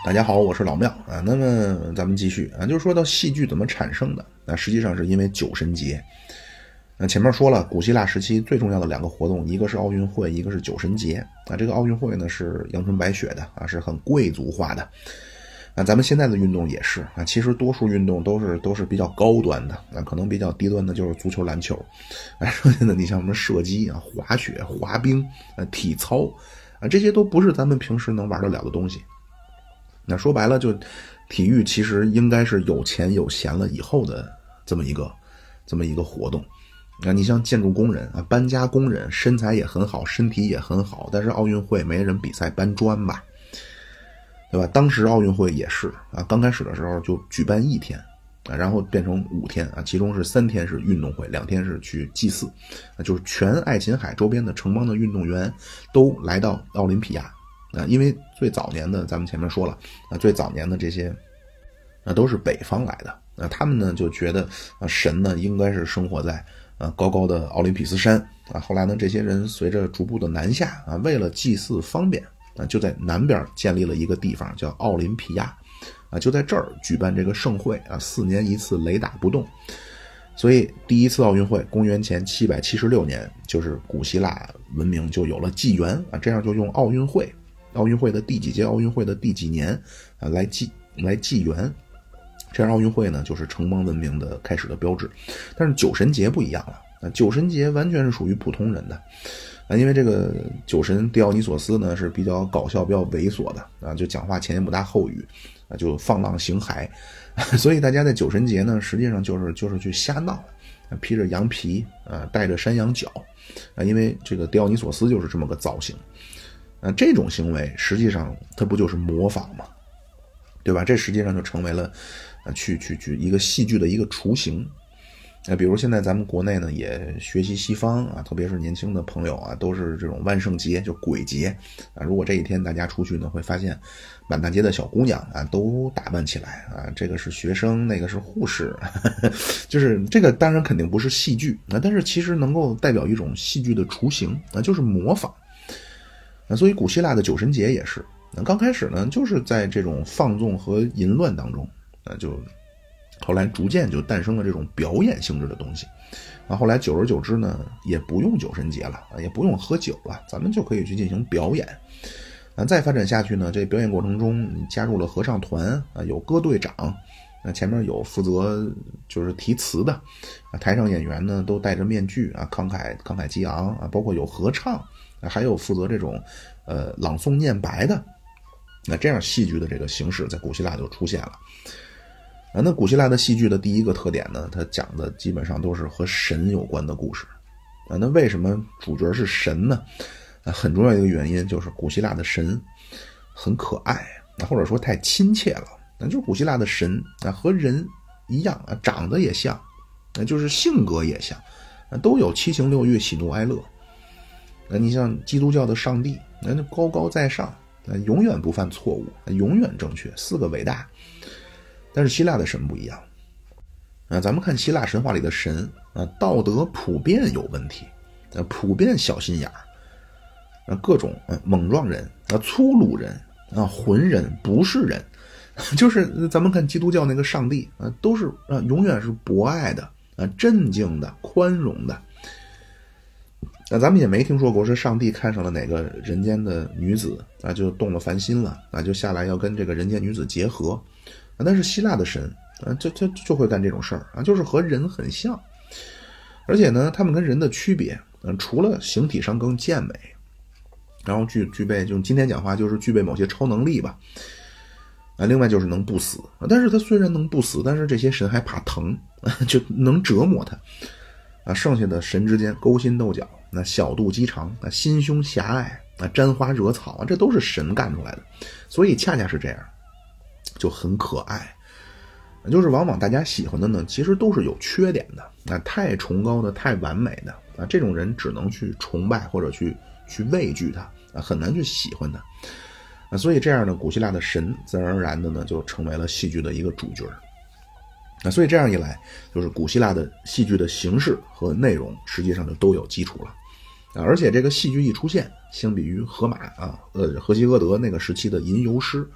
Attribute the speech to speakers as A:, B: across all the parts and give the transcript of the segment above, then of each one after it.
A: 大家好，我是老庙啊。那么咱们继续啊，就是说到戏剧怎么产生的，那实际上是因为酒神节。前面说了，古希腊时期最重要的两个活动，一个是奥运会，一个是酒神节啊。这个奥运会呢是阳春白雪的啊，是很贵族化的。咱们现在的运动也是啊，其实多数运动都是比较高端的啊，可能比较低端的就是足球、篮球。剩下的你像什么射击啊、滑雪、滑冰啊、体操啊，这些都不是咱们平时能玩得了的东西。那说白了，就体育其实应该是有钱有闲了以后的这么一个活动。你像建筑工人啊、搬家工人，身材也很好，身体也很好，但是奥运会没人比赛搬砖吧，对吧？当时奥运会也是啊，刚开始的时候就举办1天啊，然后变成5天啊，其中是3天是运动会，2天是去祭祀啊，就是全爱琴海周边的城邦的运动员都来到奥林匹亚。因为最早年的咱们前面说了最早年的这些都是北方来的他们呢就觉得神呢应该是生活在高高的奥林匹斯山后来呢这些人随着逐步的南下为了祭祀方便就在南边建立了一个地方叫奥林匹亚就在这儿举办这个盛会4年1次，雷打不动。所以第一次奥运会公元前776年就是古希腊文明就有了纪元这样就用奥运会的第几届奥运会的第几年来纪元，这样奥运会呢就是城邦文明的开始的标志。但是酒神节不一样了酒神节完全是属于普通人的因为这个酒神狄奥尼索斯呢是比较搞笑比较猥琐的就讲话前言不搭后语就放浪形骸所以大家在酒神节呢实际上就是去瞎闹披着羊皮带着山羊角因为这个狄奥尼索斯就是这么个造型这种行为实际上它不就是模仿吗？对吧？这实际上就成为了去一个戏剧的一个雏形。比如现在咱们国内呢也学习西方特别是年轻的朋友都是这种万圣节就鬼节如果这一天大家出去呢会发现满大街的小姑娘都打扮起来这个是学生，那个是护士就是这个当然肯定不是戏剧但是其实能够代表一种戏剧的雏形就是模仿。所以古希腊的酒神节也是刚开始呢就是在这种放纵和淫乱当中就后来逐渐就诞生了这种表演性质的东西后来久而久之呢也不用酒神节了也不用喝酒了，咱们就可以去进行表演再发展下去呢，这表演过程中你加入了合唱团有歌队长前面有负责就是题词的台上演员呢都戴着面具慷慨激昂包括有合唱还有负责这种朗诵念白的这样戏剧的这个形式在古希腊就出现了那古希腊的戏剧的第一个特点呢，它讲的基本上都是和神有关的故事那为什么主角是神呢很重要的一个原因就是古希腊的神很可爱或者说太亲切了就是古希腊的神和人一样长得也像就是性格也像都有7情6欲喜怒哀乐你像基督教的上帝高高在上永远不犯错误永远正确，4个伟大。但是希腊的神不一样咱们看希腊神话里的神道德普遍有问题普遍小心眼各种猛撞人粗鲁人浑人不是人就是咱们看基督教那个上帝都是永远是博爱的镇静的宽容的咱们也没听说过是上帝看上了哪个人间的女子就动了凡心了就下来要跟这个人间女子结合但是希腊的神就会干这种事儿就是和人很像，而且呢他们跟人的区别除了形体上更健美，然后具备就今天讲话就是具备某些超能力吧另外就是能不死但是他虽然能不死，但是这些神还怕疼就能折磨他剩下的神之间勾心斗角小肚鸡肠心胸狭隘沾花惹草这都是神干出来的，所以恰恰是这样就很可爱就是往往大家喜欢的呢其实都是有缺点的太崇高的太完美的这种人只能去崇拜或者去畏惧他很难去喜欢他所以这样的古希腊的神自然而然的呢就成为了戏剧的一个主角所以这样一来就是古希腊的戏剧的形式和内容实际上就都有基础了而且这个戏剧一出现相比于荷马荷西俄德那个时期的吟游诗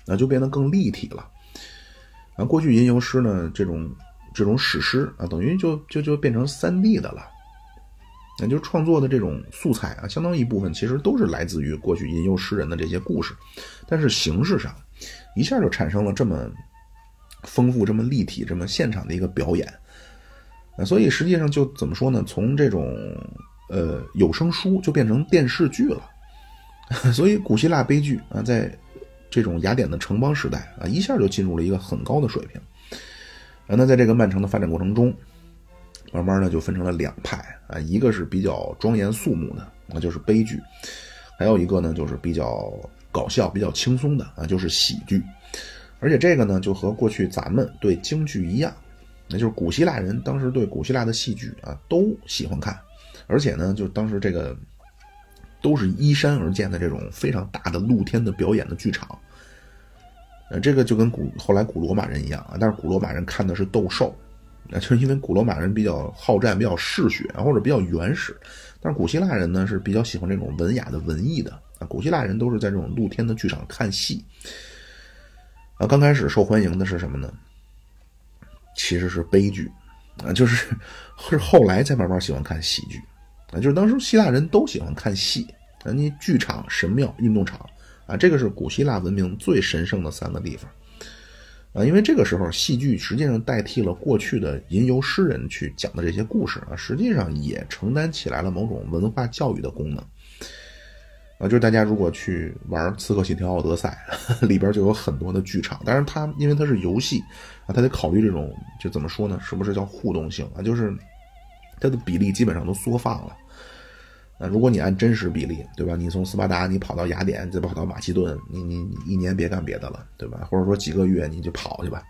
A: 就变得更立体了。过去吟游诗呢，这种史诗等于就变成3D 的了。就是创作的这种素材相当一部分其实都是来自于过去吟游诗人的这些故事，但是形式上一下就产生了这么丰富、这么立体、这么现场的一个表演。所以实际上就怎么说呢？从这种有声书就变成电视剧了。所以古希腊悲剧在这种雅典的城邦时代一下就进入了一个很高的水平。那在这个漫长的发展过程中，慢慢呢就分成了2派一个是比较庄严肃穆的就是悲剧，还有一个呢就是比较搞笑、比较轻松的就是喜剧。而且这个呢就和过去咱们对京剧一样，那就是古希腊人当时对古希腊的戏剧都喜欢看，而且呢就当时这个都是依山而建的这种非常大的露天的表演的剧场。这个就跟后来古罗马人一样但是古罗马人看的是斗兽，就是因为古罗马人比较好战、比较嗜血或者比较原始，但是古希腊人呢是比较喜欢这种文雅的文艺的古希腊人都是在这种露天的剧场看戏。刚开始受欢迎的是什么呢？其实是悲剧就是后来才慢慢喜欢看喜剧就是当时希腊人都喜欢看戏你剧场、神庙、运动场这个是古希腊文明最神圣的3个地方因为这个时候戏剧实际上代替了过去的吟游诗人去讲的这些故事实际上也承担起来了某种文化教育的功能就是大家如果去玩刺客信条奥德赛里边就有很多的剧场，当然因为它是游戏它得考虑这种就怎么说呢，是不是叫互动性就是它的比例基本上都缩放了如果你按真实比例，对吧？你从斯巴达你跑到雅典，再跑到马其顿，你1年别干别的了，对吧？或者说几个月你就跑去吧。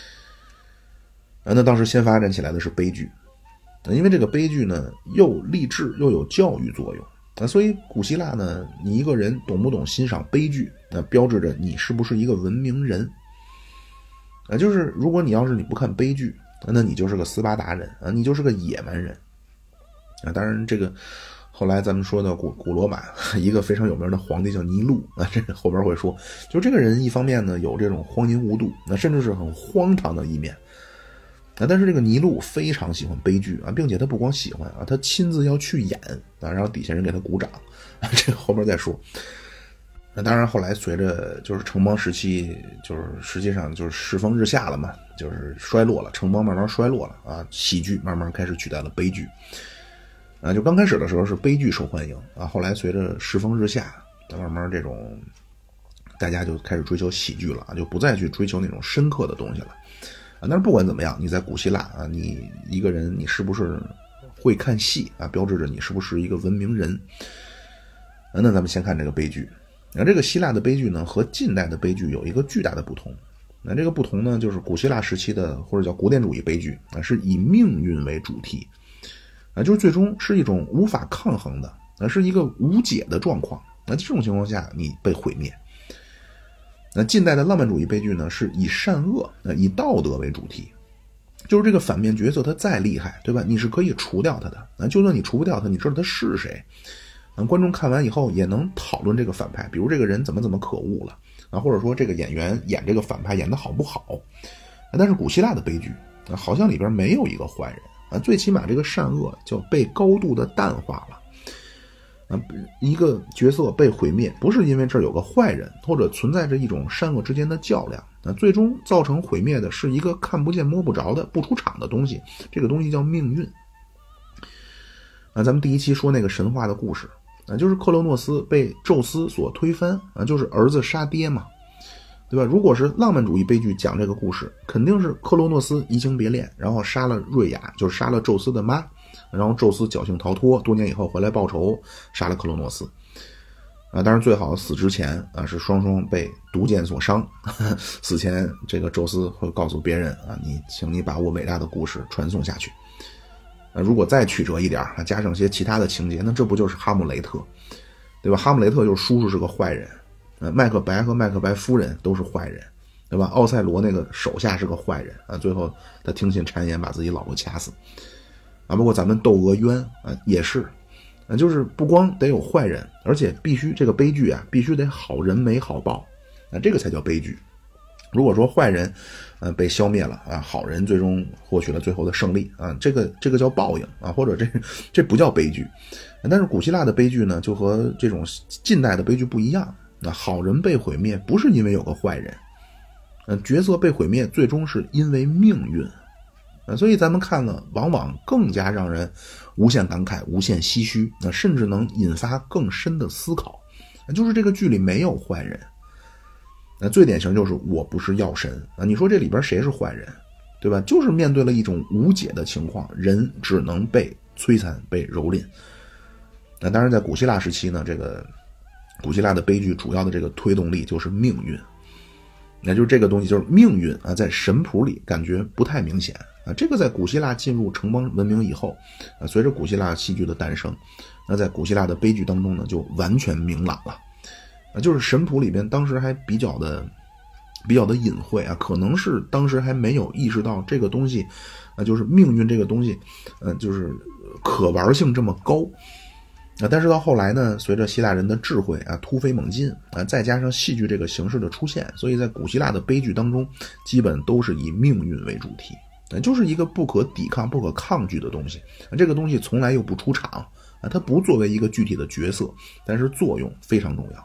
A: 那当时先发展起来的是悲剧，因为这个悲剧呢又励志又有教育作用所以古希腊呢，你一个人懂不懂欣赏悲剧，那标志着你是不是一个文明人就是如果你不看悲剧，那你就是个斯巴达人你就是个野蛮人当然这个后来咱们说到古罗马一个非常有名的皇帝叫尼禄这个后边会说，就这个人一方面呢有这种荒淫无度甚至是很荒唐的一面但是这个尼禄非常喜欢悲剧并且他不光喜欢他亲自要去演然后底下人给他鼓掌这个后边再说。当然后来随着就是城邦时期，就是实际上就是世风日下了嘛，就是衰落了，城邦慢慢衰落了喜剧慢慢开始取代了悲剧就刚开始的时候是悲剧受欢迎后来随着世风日下慢慢这种大家就开始追求喜剧了就不再去追求那种深刻的东西了但是不管怎么样，你在古希腊你一个人你是不是会看戏标志着你是不是一个文明人那咱们先看这个悲剧这个希腊的悲剧呢和近代的悲剧有一个巨大的不同这个不同呢就是古希腊时期的或者叫古典主义悲剧是以命运为主题就是最终是一种无法抗衡的是一个无解的状况这种情况下你被毁灭近代的浪漫主义悲剧呢是以善恶以道德为主题，就是这个反面角色他再厉害，对吧？你是可以除掉他的就算你除不掉他，你知道他是谁观众看完以后也能讨论这个反派，比如这个人怎么可恶了或者说这个演员演这个反派演得好不好但是古希腊的悲剧好像里边没有一个坏人最起码这个善恶就被高度的淡化了一个角色被毁灭不是因为这儿有个坏人或者存在着一种善恶之间的较量最终造成毁灭的是一个看不见摸不着的不出场的东西，这个东西叫命运咱们第一期说那个神话的故事就是克洛诺斯被宙斯所推翻就是儿子杀爹嘛，对吧？如果是浪漫主义悲剧讲这个故事，肯定是克洛诺斯移情别恋，然后杀了瑞亚，就是杀了宙斯的妈，然后宙斯侥幸逃脱，多年以后回来报仇，杀了克洛诺斯当然最好死之前是双双被毒箭所伤死前这个宙斯会告诉别人请你把我伟大的故事传送下去如果再曲折一点加上些其他的情节，那这不就是哈姆雷特，对吧？哈姆雷特就是叔叔是个坏人麦克白和麦克白夫人都是坏人，对吧？奥赛罗那个手下是个坏人最后他听信谗言把自己老婆掐死包括咱们窦娥冤也是就是不光得有坏人，而且必须这个悲剧必须得好人没好报这个才叫悲剧如果说坏人被消灭了啊，好人最终获取了最后的胜利啊，这个叫报应啊，或者这不叫悲剧。但是古希腊的悲剧呢，就和这种近代的悲剧不一样。那好人被毁灭不是因为有个坏人，角色被毁灭最终是因为命运。所以咱们看了往往更加让人无限感慨、无限唏嘘，甚至能引发更深的思考。就是这个剧里没有坏人。最典型就是我不是药神啊！你说这里边谁是坏人，对吧？就是面对了一种无解的情况，人只能被摧残、被蹂躏。那当然，在古希腊时期呢，这个古希腊的悲剧主要的这个推动力就是命运。那就是这个东西，就是命运啊，在神谱里感觉不太明显啊。这个在古希腊进入城邦文明以后啊，随着古希腊戏剧的诞生，那在古希腊的悲剧当中呢，就完全明朗了。就是神谱里边当时还比较的隐晦啊，可能是当时还没有意识到这个东西啊，就是命运这个东西就是可玩性这么高啊。但是到后来呢，随着希腊人的智慧啊突飞猛进啊，再加上戏剧这个形式的出现，所以在古希腊的悲剧当中基本都是以命运为主题，就是一个不可抵抗、不可抗拒的东西。这个东西从来又不出场啊，它不作为一个具体的角色，但是作用非常重要。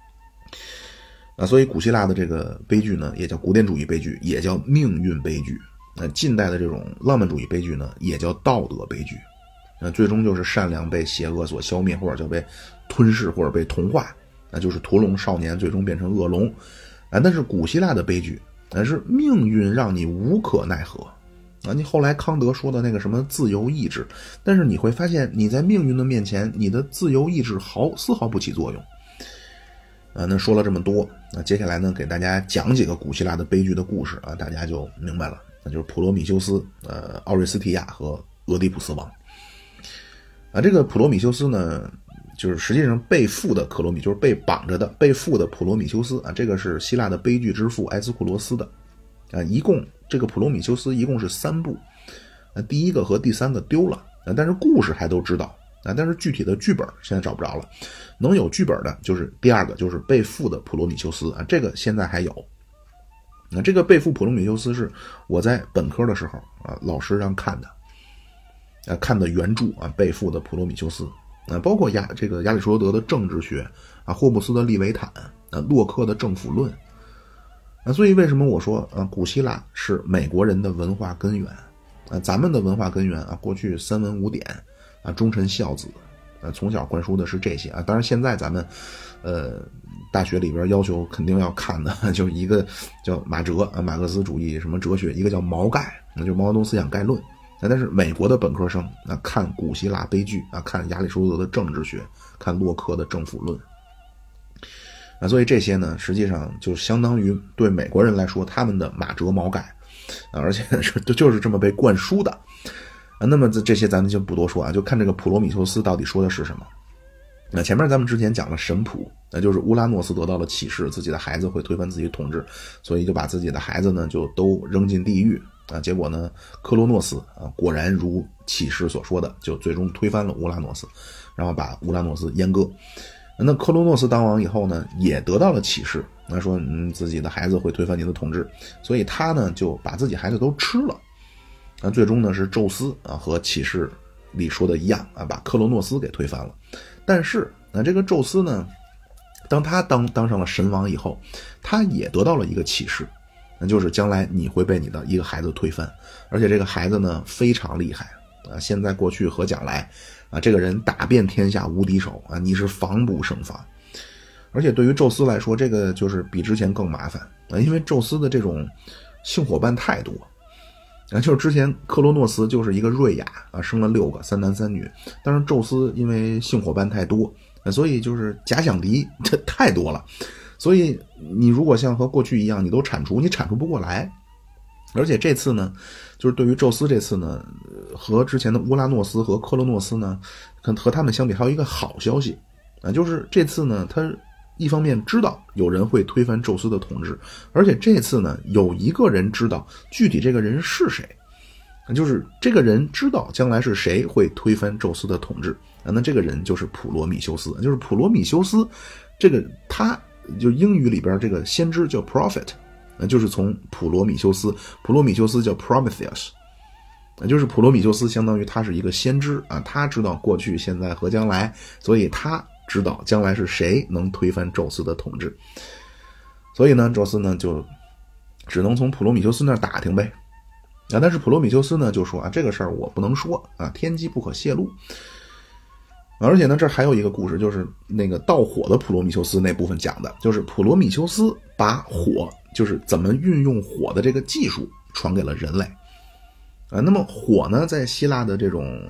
A: 所以古希腊的这个悲剧呢，也叫古典主义悲剧，也叫命运悲剧。近代的这种浪漫主义悲剧呢，也叫道德悲剧。最终就是善良被邪恶所消灭，或者就被吞噬，或者被同化，那就是屠龙少年最终变成恶龙。但是古希腊的悲剧，是命运让你无可奈何啊！你后来康德说的那个什么自由意志，但是你会发现你在命运的面前，你的自由意志丝毫不起作用。那说了这么多，那接下来呢，给大家讲几个古希腊的悲剧的故事啊，大家就明白了。那就是普罗米修斯、奥瑞斯提亚和俄狄浦斯王。这个普罗米修斯呢，就是实际上被缚的就是被绑着的被缚的普罗米修斯啊，这个是希腊的悲剧之父埃斯库罗斯的一共这个普罗米修斯一共是3部，第1个和第3个丢了，但是故事还都知道。但是具体的剧本现在找不着了，能有剧本的就是第2个，就是被缚的普罗米修斯啊，这个现在还有。这个被缚普罗米修斯是我在本科的时候啊，老师让看的，看的原著啊，被缚的普罗米修斯包括亚里士多德的政治学啊，霍布斯的利维坦洛克的政府论所以为什么我说古希腊是美国人的文化根源咱们的文化根源过去3文5典忠臣孝子从小灌输的是这些当然现在咱们大学里边要求肯定要看的就一个叫马哲马克思主义什么哲学，一个叫毛概，那就是毛泽东思想概论但是美国的本科生看古希腊悲剧看亚里士多德的政治学，看洛克的政府论所以这些呢实际上就相当于对美国人来说他们的马哲毛概而且就是这么被灌输的那么这些咱们就不多说就看这个普罗米修斯到底说的是什么。那前面咱们之前讲了神谱，那就是乌拉诺斯得到了启示，自己的孩子会推翻自己统治，所以就把自己的孩子呢就都扔进地狱结果呢克洛诺斯果然如启示所说的，就最终推翻了乌拉诺斯，然后把乌拉诺斯阉割。那克洛诺斯当王以后呢，也得到了启示，说自己的孩子会推翻你的统治，所以他呢就把自己孩子都吃了。最终呢是宙斯和启示里说的一样把克洛诺斯给推翻了。但是这个宙斯呢，当他当上了神王以后，他也得到了一个启示，那就是将来你会被你的一个孩子推翻，而且这个孩子呢非常厉害现在过去和将来这个人打遍天下无敌手你是防不胜防。而且对于宙斯来说，这个就是比之前更麻烦因为宙斯的这种性伙伴太多就是之前克罗诺斯就是一个瑞亚生了6个3男3女，但是宙斯因为性伙伴太多所以就是假想敌这太多了，所以你如果像和过去一样你都铲除，你铲除不过来。而且这次呢，就是对于宙斯这次呢，和之前的乌拉诺斯和克罗诺斯呢，和他们相比还有一个好消息就是这次呢他一方面知道有人会推翻宙斯的统治，而且这次呢有一个人知道具体这个人是谁，就是这个人知道将来是谁会推翻宙斯的统治那这个人就是普罗米修斯。就是普罗米修斯这个他就英语里边这个先知叫 prophet 就是从普罗米修斯叫 Prometheus， 就是普罗米修斯相当于他是一个先知啊，他知道过去现在和将来，所以他知道将来是谁能推翻宙斯的统治。所以呢宙斯呢就只能从普罗米修斯那儿打听呗。但是普罗米修斯呢就说这个事儿我不能说啊，天机不可泄露。而且呢这还有一个故事，就是那个盗火的普罗米修斯那部分讲的，就是普罗米修斯把火，就是怎么运用火的这个技术传给了人类。那么火呢在希腊的这种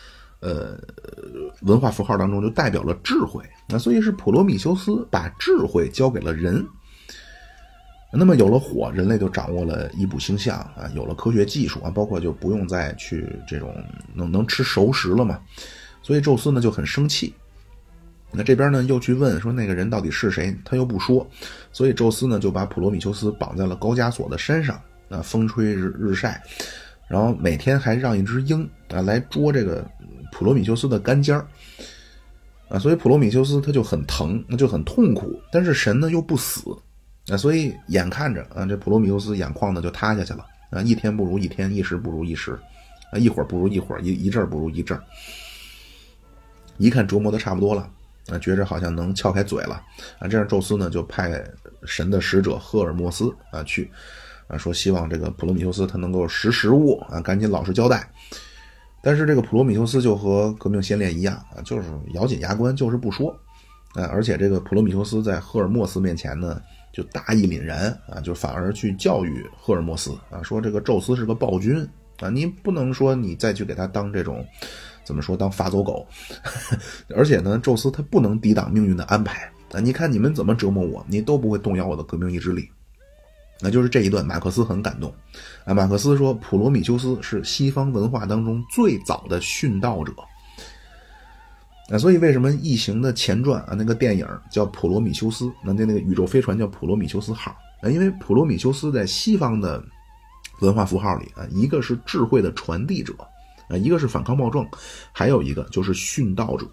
A: 文化符号当中就代表了智慧，所以是普罗米修斯把智慧交给了人。那么有了火，人类就掌握了医卜星象啊，有了科学技术啊，包括就不用再去这种能吃熟食了嘛。所以宙斯呢就很生气。那这边呢又去问说那个人到底是谁，他又不说。所以宙斯呢就把普罗米修斯绑在了高加索的山上，风吹日晒，然后每天还让一只鹰来捉这个普罗米修斯的肝尖所以普罗米修斯他就很疼，就很痛苦，但是神呢又不死所以眼看着这普罗米修斯眼眶呢就塌下去了一天不如一天，一时不如一时一会儿不如一会儿，一阵不如一阵。一看折磨的差不多了觉着好像能撬开嘴了这样宙斯呢就派神的使者赫尔墨斯去说希望这个普罗米修斯他能够识时务赶紧老实交代。但是这个普罗米修斯就和革命先烈一样就是咬紧牙关，就是不说而且这个普罗米修斯在赫尔墨斯面前呢就大义凛然就反而去教育赫尔墨斯说这个宙斯是个暴君你不能说你再去给他当这种怎么说当发走狗而且呢宙斯他不能抵挡命运的安排你看你们怎么折磨我，你都不会动摇我的革命意志力。那就是这一段马克思很感动马克思说普罗米修斯是西方文化当中最早的殉道者所以为什么异形的前传那个电影叫普罗米修斯，那个宇宙飞船叫普罗米修斯号因为普罗米修斯在西方的文化符号里一个是智慧的传递者一个是反抗暴政，还有一个就是殉道者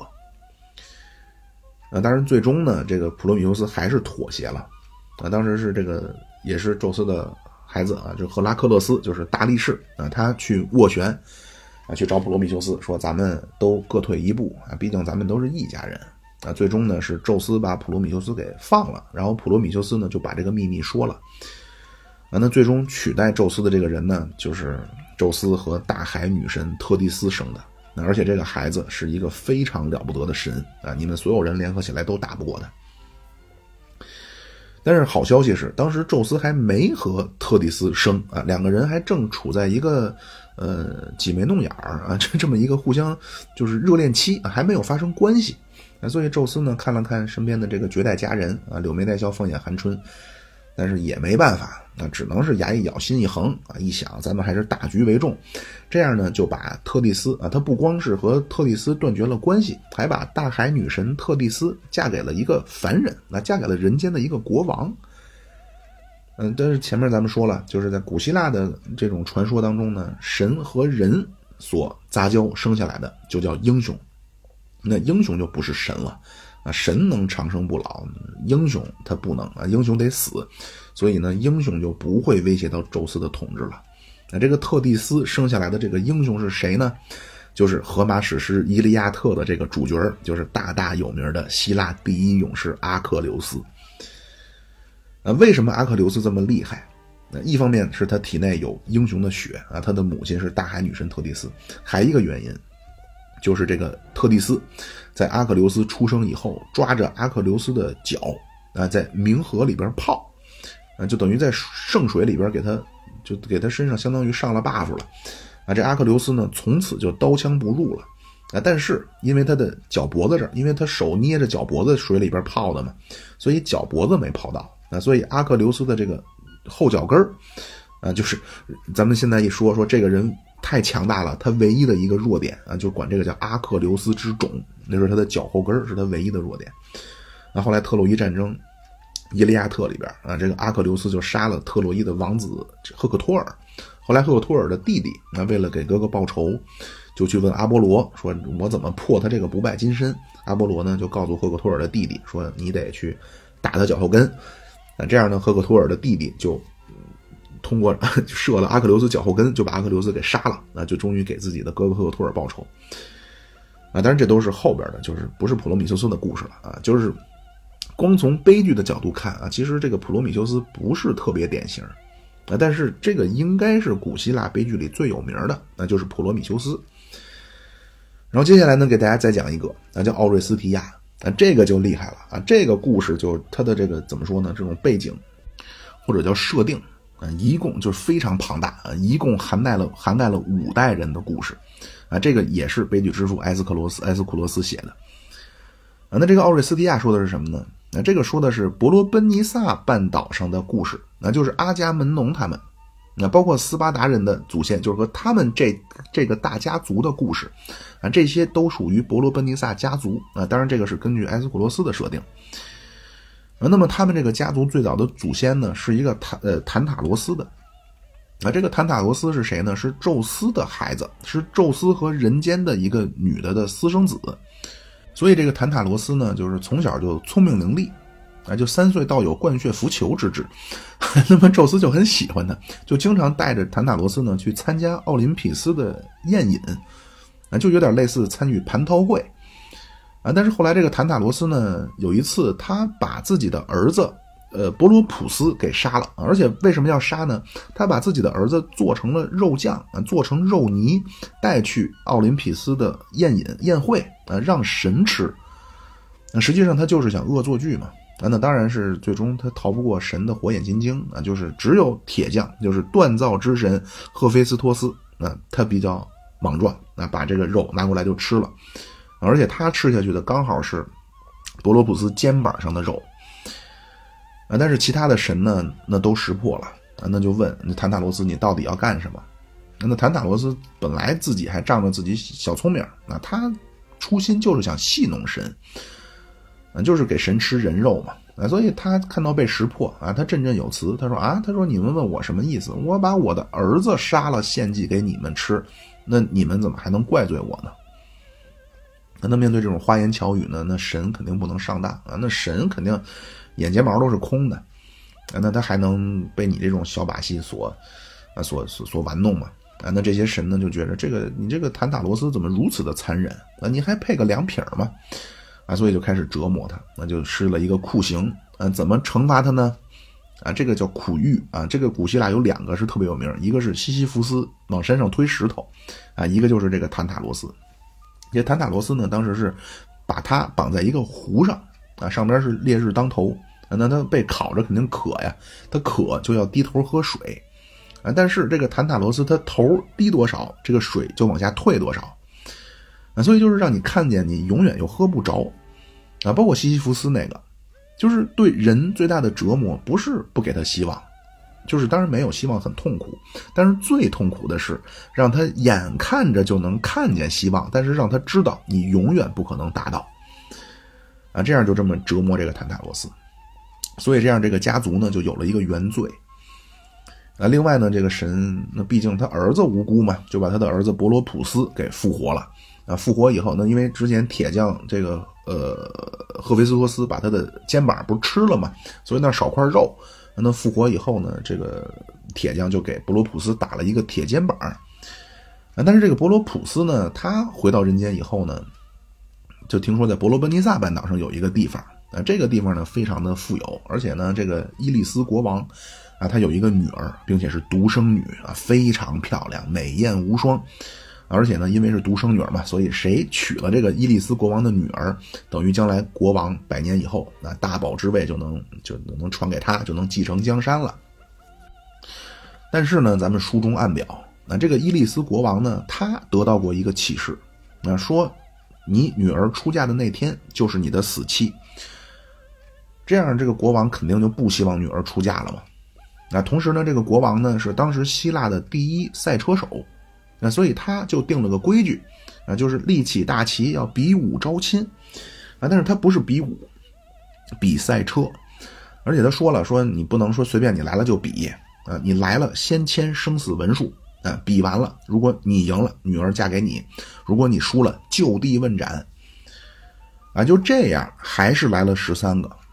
A: 当然最终呢这个普罗米修斯还是妥协了当时是这个也是宙斯的孩子就赫拉克勒斯，就是大力士他去斡旋去找普罗米修斯说咱们都各退一步毕竟咱们都是一家人最终呢是宙斯把普罗米修斯给放了，然后普罗米修斯呢就把这个秘密说了那最终取代宙斯的这个人呢就是宙斯和大海女神特蒂斯生的而且这个孩子是一个非常了不得的神你们所有人联合起来都打不过他。但是好消息是当时宙斯还没和特蒂斯生两个人还正处在一个挤眉弄眼这么一个互相就是热恋期还没有发生关系所以宙斯呢看了看身边的这个绝代佳人柳眉带笑凤眼寒春，但是也没办法只能是牙一咬心一横一想咱们还是大局为重，这样呢就把特蒂斯他不光是和特蒂斯断绝了关系，还把大海女神特蒂斯嫁给了一个凡人嫁给了人间的一个国王但是前面咱们说了，就是在古希腊的这种传说当中呢，神和人所杂交生下来的就叫英雄，那英雄就不是神了神能长生不老，英雄他不能英雄得死，所以呢英雄就不会威胁到宙斯的统治了。那这个特蒂斯生下来的这个英雄是谁呢？就是荷马史诗《伊利亚特》的这个主角，就是大大有名的希腊第一勇士阿克琉斯。为什么阿克琉斯这么厉害？一方面是他体内有英雄的血他的母亲是大海女神特蒂斯，还一个原因就是这个特蒂斯在阿克琉斯出生以后，抓着阿克琉斯的脚在冥河里边泡就等于在圣水里边给他身上相当于上了 buff 了这阿克琉斯呢从此就刀枪不入了但是因为他的脚脖子这儿，因为他手捏着脚脖子水里边泡的嘛，所以脚脖子没泡到所以阿克琉斯的这个后脚跟就是咱们现在一说这个人太强大了，他唯一的一个弱点就管这个叫阿克琉斯之踵，那是他的脚后跟是他唯一的弱点后来特洛伊战争伊利亚特里边这个阿克琉斯就杀了特洛伊的王子赫克托尔，后来赫克托尔的弟弟为了给哥哥报仇，就去问阿波罗说我怎么破他这个不败金身。阿波罗呢就告诉赫克托尔的弟弟说你得去打他脚后跟这样呢赫克托尔的弟弟就通过射了阿克琉斯脚后跟，就把阿克琉斯给杀了，就终于给自己的哥哥赫克托尔报仇。当然这都是后边的，就是不是普罗米修斯的故事了就是光从悲剧的角度看其实这个普罗米修斯不是特别典型但是这个应该是古希腊悲剧里最有名的，那就是普罗米修斯。然后接下来呢，给大家再讲一个，叫奥瑞斯提亚。这个就厉害了这个故事就它的这个怎么说呢？这种背景或者叫设定一共就是非常庞大一共涵盖了5代人的故事这个也是悲剧之父埃斯库罗斯写的那这个奥瑞斯提亚说的是什么呢？这个说的是伯罗奔尼撒半岛上的故事，就是阿伽门农他们包括斯巴达人的祖先，就是和他们这个大家族的故事这些都属于伯罗奔尼撒家族当然这个是根据埃斯库罗斯的设定那么他们这个家族最早的祖先呢是一个坦塔罗斯的这个坦塔罗斯是谁呢？是宙斯的孩子，是宙斯和人间的一个女的私生子。所以这个坦塔罗斯呢，就是从小就聪明伶俐就3岁到有灌血浮球之志那么宙斯就很喜欢他，就经常带着坦塔罗斯呢去参加奥林匹斯的宴饮就有点类似参与蟠桃会但是后来这个坦塔罗斯呢，有一次他把自己的儿子伯罗普斯给杀了，而且为什么要杀呢？他把自己的儿子做成了肉酱做成肉泥带去奥林匹斯的宴会让神吃实际上他就是想恶作剧嘛那当然是最终他逃不过神的火眼金睛就是只有铁匠，就是锻造之神赫菲斯托斯他比较莽撞把这个肉拿过来就吃了，而且他吃下去的刚好是伯罗普斯肩膀上的肉但是其他的神呢那都识破了那就问坦塔罗斯你到底要干什么？那坦塔罗斯本来自己还仗着自己小聪明他初心就是想戏弄神就是给神吃人肉嘛所以他看到被识破他振振有词，他说你们问我什么意思？我把我的儿子杀了献祭给你们吃，那你们怎么还能怪罪我呢？那面对这种花言巧语呢，那神肯定不能上当那神肯定眼睫毛都是空的那他还能被你这种小把戏所玩弄吗？那这些神呢就觉得你这个坦塔罗斯怎么如此的残忍你还配个两撇吗？所以就开始折磨他，那就施了一个酷刑怎么惩罚他呢？这个叫苦狱这个古希腊有2个是特别有名，一个是西西弗斯往山上推石头一个就是这个坦塔罗斯。这坦塔罗斯呢当时是把他绑在一个湖上上边是烈日当头那他被烤着肯定渴呀，他渴就要低头喝水但是这个坦塔罗斯他头低多少，这个水就往下退多少所以就是让你看见你永远又喝不着包括西西弗斯那个，就是对人最大的折磨不是不给他希望，就是当然没有希望很痛苦，但是最痛苦的是让他眼看着就能看见希望，但是让他知道你永远不可能达到这样就这么折磨这个坦塔罗斯。所以这样这个家族呢就有了一个原罪另外呢这个神那毕竟他儿子无辜嘛，就把他的儿子伯罗普斯给复活了复活以后呢，因为之前铁匠这个赫菲斯托斯把他的肩膀不是吃了嘛，所以那少块肉那复活以后呢，这个铁匠就给伯罗普斯打了一个铁肩膀但是这个伯罗普斯呢他回到人间以后呢，就听说在伯罗奔尼撒半岛上有一个地方这个地方呢非常的富有，而且呢这个伊利斯国王他有一个女儿，并且是独生女非常漂亮，美艳无双而且呢因为是独生女儿嘛，所以谁娶了这个伊利斯国王的女儿，等于将来国王100年以后大宝之位就能传给他，就能继承江山了。但是呢咱们书中暗表这个伊利斯国王呢他得到过一个启示说你女儿出嫁的那天就是你的死期，这样这个国王肯定就不希望女儿出嫁了嘛同时呢这个国王呢是当时希腊的第一赛车手所以他就定了个规矩就是立起大旗要比武招亲但是他不是比武，比赛车，而且他说了，说你不能说随便你来了就比你来了先签生死文书比完了如果你赢了女儿嫁给你，如果你输了就地问斩就这样还是来了13个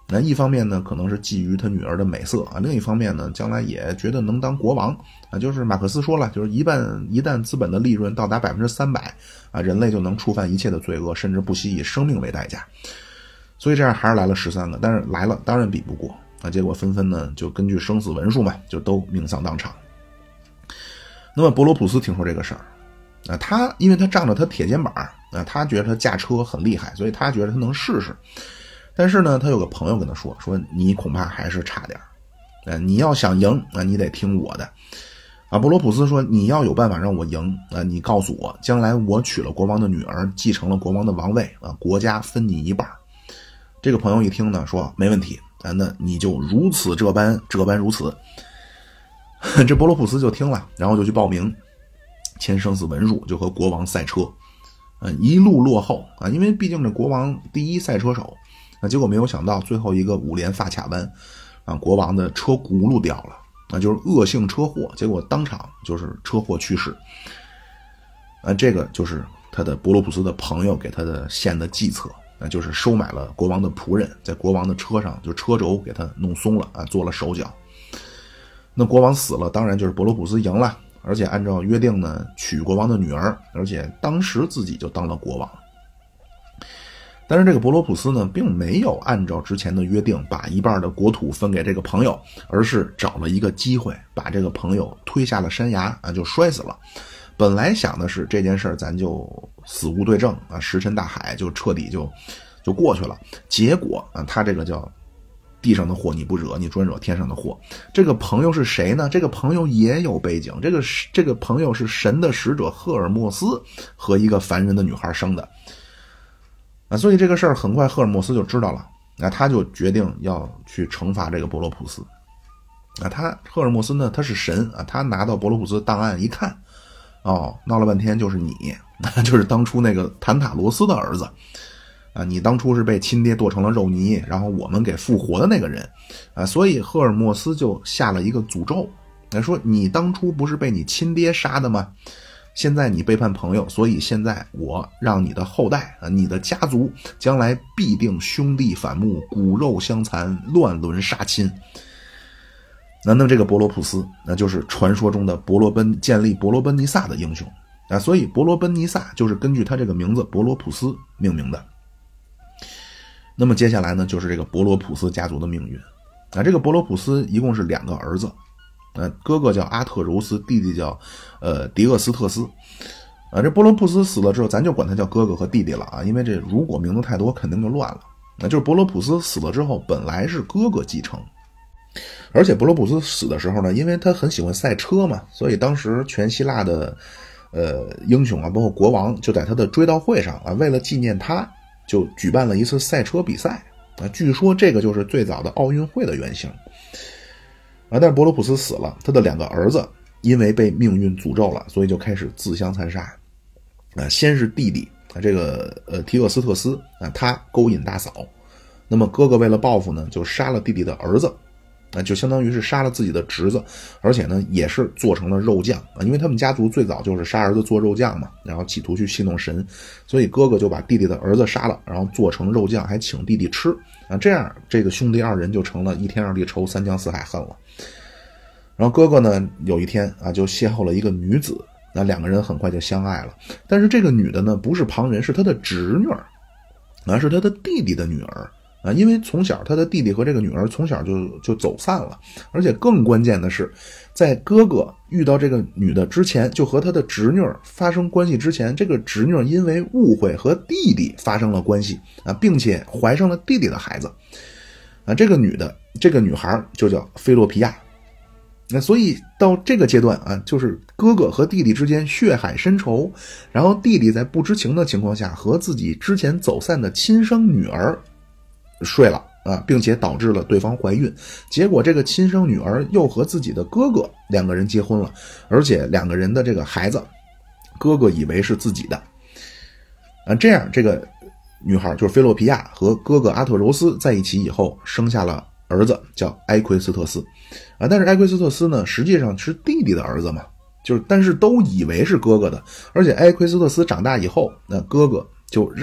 A: 那一方面呢，可能是觊觎他女儿的美色啊，另一方面呢，将来也觉得能当国王啊。就是马克思说了，就是一旦资本的利润到达300%啊，人类就能触犯一切的罪恶，甚至不惜以生命为代价。所以这样还是来了13个，但是来了当然比不过啊。结果纷纷呢就根据生死文书嘛，就都命丧当场。那么伯罗普斯听说这个事儿啊，因为他仗着他铁肩膀啊，他觉得他驾车很厉害，所以他觉得他能试试。但是呢，他有个朋友跟他说你恐怕还是差点，你要想赢啊，你得听我的啊。伯罗普斯说，你要有办法让我赢啊，你告诉我，将来我娶了国王的女儿，继承了国王的王位啊，国家分你一半。这个朋友一听呢，说没问题啊，那你就如此这般如此。这伯罗普斯就听了，然后就去报名，签生死文书，就和国王赛车，一路落后啊，因为毕竟这国王第一赛车手。结果没有想到最后一个5连发卡弯啊，国王的车轱辘掉了啊，就是恶性车祸，结果当场就是车祸去世啊。这个就是他的伯罗普斯的朋友给他的献的计策啊，就是收买了国王的仆人，在国王的车上就车轴给他弄松了啊，做了手脚。那国王死了，当然就是伯罗普斯赢了，而且按照约定呢，娶国王的女儿，而且当时自己就当了国王。但是这个伯罗普斯呢，并没有按照之前的约定把一半的国土分给这个朋友，而是找了一个机会把这个朋友推下了山崖啊，就摔死了。本来想的是这件事咱就死无对证啊，石沉大海，就彻底就过去了。结果啊，他这个叫地上的祸你不惹，你专惹天上的祸。这个朋友是谁呢？这个朋友也有背景，这个朋友是神的使者赫尔墨斯和一个凡人的女孩生的。啊，所以这个事儿很快赫尔墨斯就知道了，啊，他就决定要去惩罚这个伯罗普斯。啊，赫尔墨斯呢，他是神啊，他拿到伯罗普斯的档案一看，哦，闹了半天就是你，就是当初那个坦塔罗斯的儿子，啊，你当初是被亲爹剁成了肉泥，然后我们给复活的那个人，啊，所以赫尔墨斯就下了一个诅咒，说你当初不是被你亲爹杀的吗？现在你背叛朋友，所以现在我让你的后代啊，你的家族将来必定兄弟反目，骨肉相残，乱伦杀亲。那么这个伯罗普斯，那就是传说中的建立伯罗奔尼撒的英雄啊，所以伯罗奔尼撒就是根据他这个名字伯罗普斯命名的。那么接下来呢，就是这个伯罗普斯家族的命运啊。这个伯罗普斯一共是2个儿子。哥哥叫阿特柔斯，弟弟叫狄厄斯特斯。这伯罗普斯死了之后，咱就管他叫哥哥和弟弟了啊，因为这如果名字太多肯定就乱了。那就是伯罗普斯死了之后，本来是哥哥继承，而且伯罗普斯死的时候呢，因为他很喜欢赛车嘛，所以当时全希腊的英雄啊，包括国王，就在他的追悼会上啊，为了纪念他，就举办了一次赛车比赛啊。据说这个就是最早的奥运会的原型。但是伯罗普斯死了，他的2个儿子因为被命运诅咒了，所以就开始自相残杀。先是弟弟这个提厄斯特斯他勾引大嫂，那么哥哥为了报复呢，就杀了弟弟的儿子，就相当于是杀了自己的侄子，而且呢也是做成了肉酱啊，因为他们家族最早就是杀儿子做肉酱嘛，然后企图去戏弄神，所以哥哥就把弟弟的儿子杀了，然后做成肉酱，还请弟弟吃啊，这样这个兄弟2人就成了一天2地仇3江4海恨了。然后哥哥呢，有一天啊，就邂逅了一个女子，那2个人很快就相爱了。但是这个女的呢，不是旁人，是他的侄女儿，是他的弟弟的女儿啊。因为从小他的弟弟和这个女儿从小就走散了，而且更关键的是，在哥哥遇到这个女的之前，就和他的侄女发生关系之前，这个侄女因为误会和弟弟发生了关系啊，并且怀上了弟弟的孩子啊。这个女孩就叫菲洛皮亚。那所以到这个阶段啊，就是哥哥和弟弟之间血海深仇，然后弟弟在不知情的情况下和自己之前走散的亲生女儿睡了啊，并且导致了对方怀孕。结果这个亲生女儿又和自己的哥哥2个人结婚了，而且2个人的这个孩子，哥哥以为是自己的啊。这样这个女孩就是菲洛皮亚和哥哥阿特柔斯在一起以后，生下了儿子叫埃奎斯特斯啊。但是埃奎斯特斯呢，实际上是弟弟的儿子嘛，但是都以为是哥哥的。而且埃奎斯特斯长大以后，那哥哥就让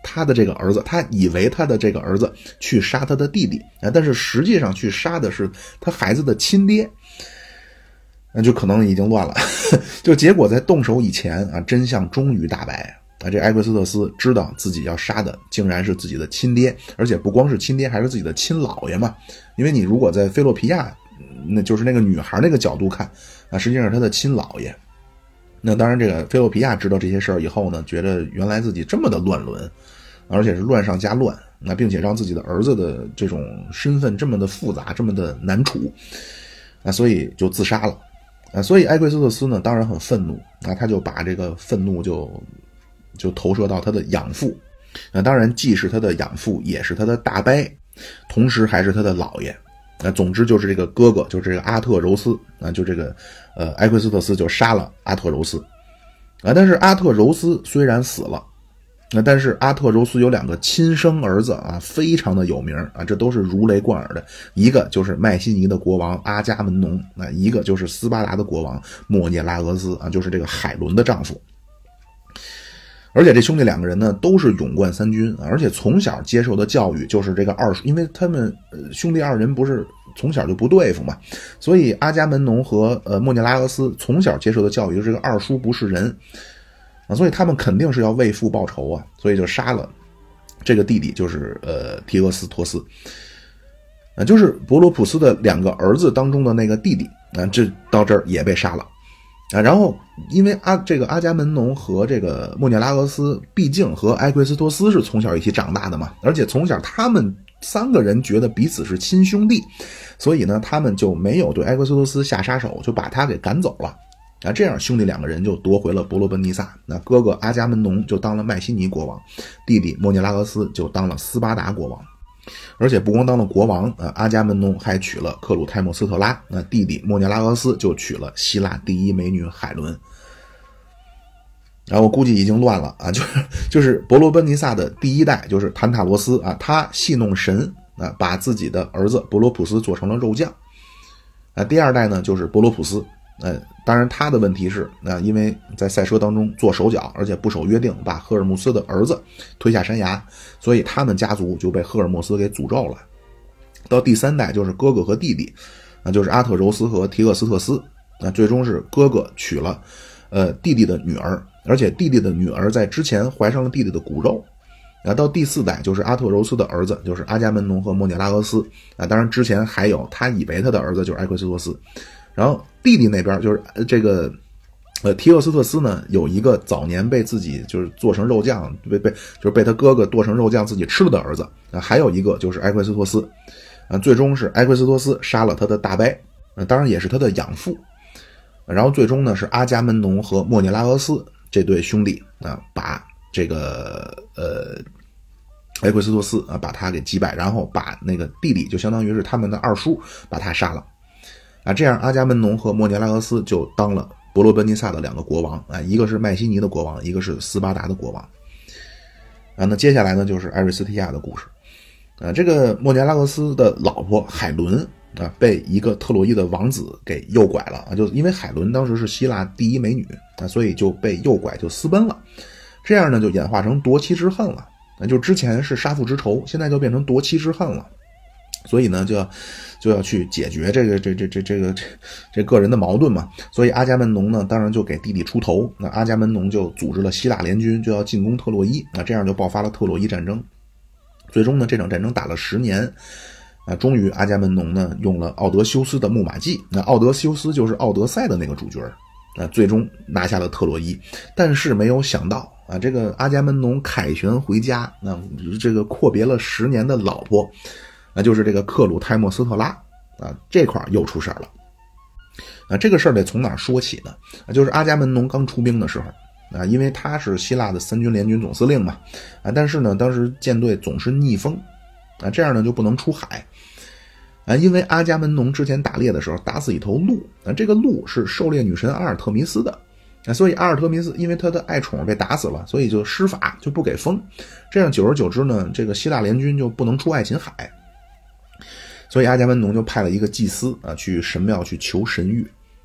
A: 他的这个儿子，他以为他的这个儿子去杀他的弟弟啊，但是实际上去杀的是他孩子的亲爹，那就可能已经乱了。就结果在动手以前啊，真相终于大白啊！这埃奎斯特斯知道自己要杀的竟然是自己的亲爹，而且不光是亲爹，还是自己的亲姥爷嘛。因为你如果在菲洛皮亚，那就是那个女孩那个角度看啊，实际上是他的亲姥爷。那当然，这个菲洛皮亚知道这些事儿以后呢，觉得原来自己这么的乱伦，而且是乱上加乱，那并且让自己的儿子的这种身份这么的复杂，这么的难处啊，所以就自杀了啊。所以埃奎斯特斯呢，当然很愤怒啊，他就把这个愤怒就投射到他的养父，当然既是他的养父，也是他的大伯，同时还是他的姥爷。总之就是这个哥哥，就是这个阿特柔斯啊，就这个埃奎斯特斯就杀了阿特柔斯啊。但是阿特柔斯虽然死了，但是阿特柔斯有2个亲生儿子啊，非常的有名啊，这都是如雷贯耳的。一个就是迈锡尼的国王阿伽门农啊，一个就是斯巴达的国王莫涅拉俄斯啊，就是这个海伦的丈夫。而且这兄弟2个人呢，都是勇冠3军，而且从小接受的教育就是这个二叔，因为他们兄弟2人不是从小就不对付嘛，所以阿伽门农和莫涅拉俄斯从小接受的教育就是这个二叔不是人啊，所以他们肯定是要为父报仇啊，所以就杀了这个弟弟，就是提俄斯托斯就是伯罗普斯的2个儿子当中的那个弟弟啊，这到这儿也被杀了。然后因为这个阿伽门农和这个莫涅拉俄斯毕竟和埃奎斯托斯是从小一起长大的嘛，而且从小他们3个人觉得彼此是亲兄弟，所以呢他们就没有对埃奎斯托斯下杀手，就把他给赶走了啊。这样兄弟2个人就夺回了伯罗奔尼撒，那哥哥阿伽门农就当了迈锡尼国王，弟弟莫涅拉俄斯就当了斯巴达国王。而且不光当了国王阿伽门农还娶了克鲁泰莫斯特拉，弟弟莫涅拉俄斯就娶了希腊第一美女海伦。然后我估计已经乱了啊，就是伯罗奔尼撒的第1代就是坦塔罗斯啊，他戏弄神啊，把自己的儿子伯罗普斯做成了肉酱啊。第2代呢就是伯罗普斯，当然他的问题是因为在赛车当中做手脚，而且不守约定，把赫尔墨斯的儿子推下山崖，所以他们家族就被赫尔墨斯给诅咒了。到第3代就是哥哥和弟弟就是阿特柔斯和提厄斯特斯最终是哥哥娶了弟弟的女儿，而且弟弟的女儿在之前怀上了弟弟的骨肉到第4代就是阿特柔斯的儿子，就是阿伽门农和莫涅拉俄斯当然之前还有他以为他的儿子就是埃奎斯托斯。然后弟弟那边就是这个提厄斯特斯呢，有一个早年被自己就是做成肉酱，就是被他哥哥剁成肉酱自己吃了的儿子还有一个就是埃奎斯托斯最终是埃奎斯托斯杀了他的大伯当然也是他的养父。然后最终呢是阿伽门农和莫涅拉俄斯这对兄弟把这个埃奎斯托斯把他给击败，然后把那个弟弟就相当于是他们的二叔把他杀了这样阿伽门农和莫涅拉俄斯就当了伯罗奔尼撒的2个国王一个是迈锡尼的国王，一个是斯巴达的国王那接下来呢就是艾瑞斯提亚的故事这个莫涅拉俄斯的老婆海伦被一个特洛伊的王子给诱拐了就因为海伦当时是希腊第一美女所以就被诱拐就私奔了，这样呢就演化成夺妻之恨了就之前是杀父之仇，现在就变成夺妻之恨了，所以呢就要去解决这个人的矛盾嘛。所以阿伽门农呢当然就给弟弟出头，那阿伽门农就组织了希腊联军，就要进攻特洛伊这样就爆发了特洛伊战争。最终呢这场战争打了10年终于阿伽门农呢用了奥德修斯的木马计，那奥德修斯就是奥德赛的那个主角最终拿下了特洛伊。但是没有想到这个阿伽门农凯旋回家这个阔别了10年的老婆就是这个克鲁泰莫斯特拉这块又出事了这个事儿得从哪说起呢就是阿伽门农刚出兵的时候因为他是希腊的3军联军总司令嘛但是呢当时舰队总是逆风这样呢就不能出海因为阿伽门农之前打猎的时候打死一头鹿这个鹿是狩猎女神阿尔特弥斯的所以阿尔特弥斯因为他的爱宠被打死了，所以就施法就不给封，这样久而久之呢这个希腊联军就不能出爱琴海。所以阿伽门农就派了一个祭司去神庙去求神谕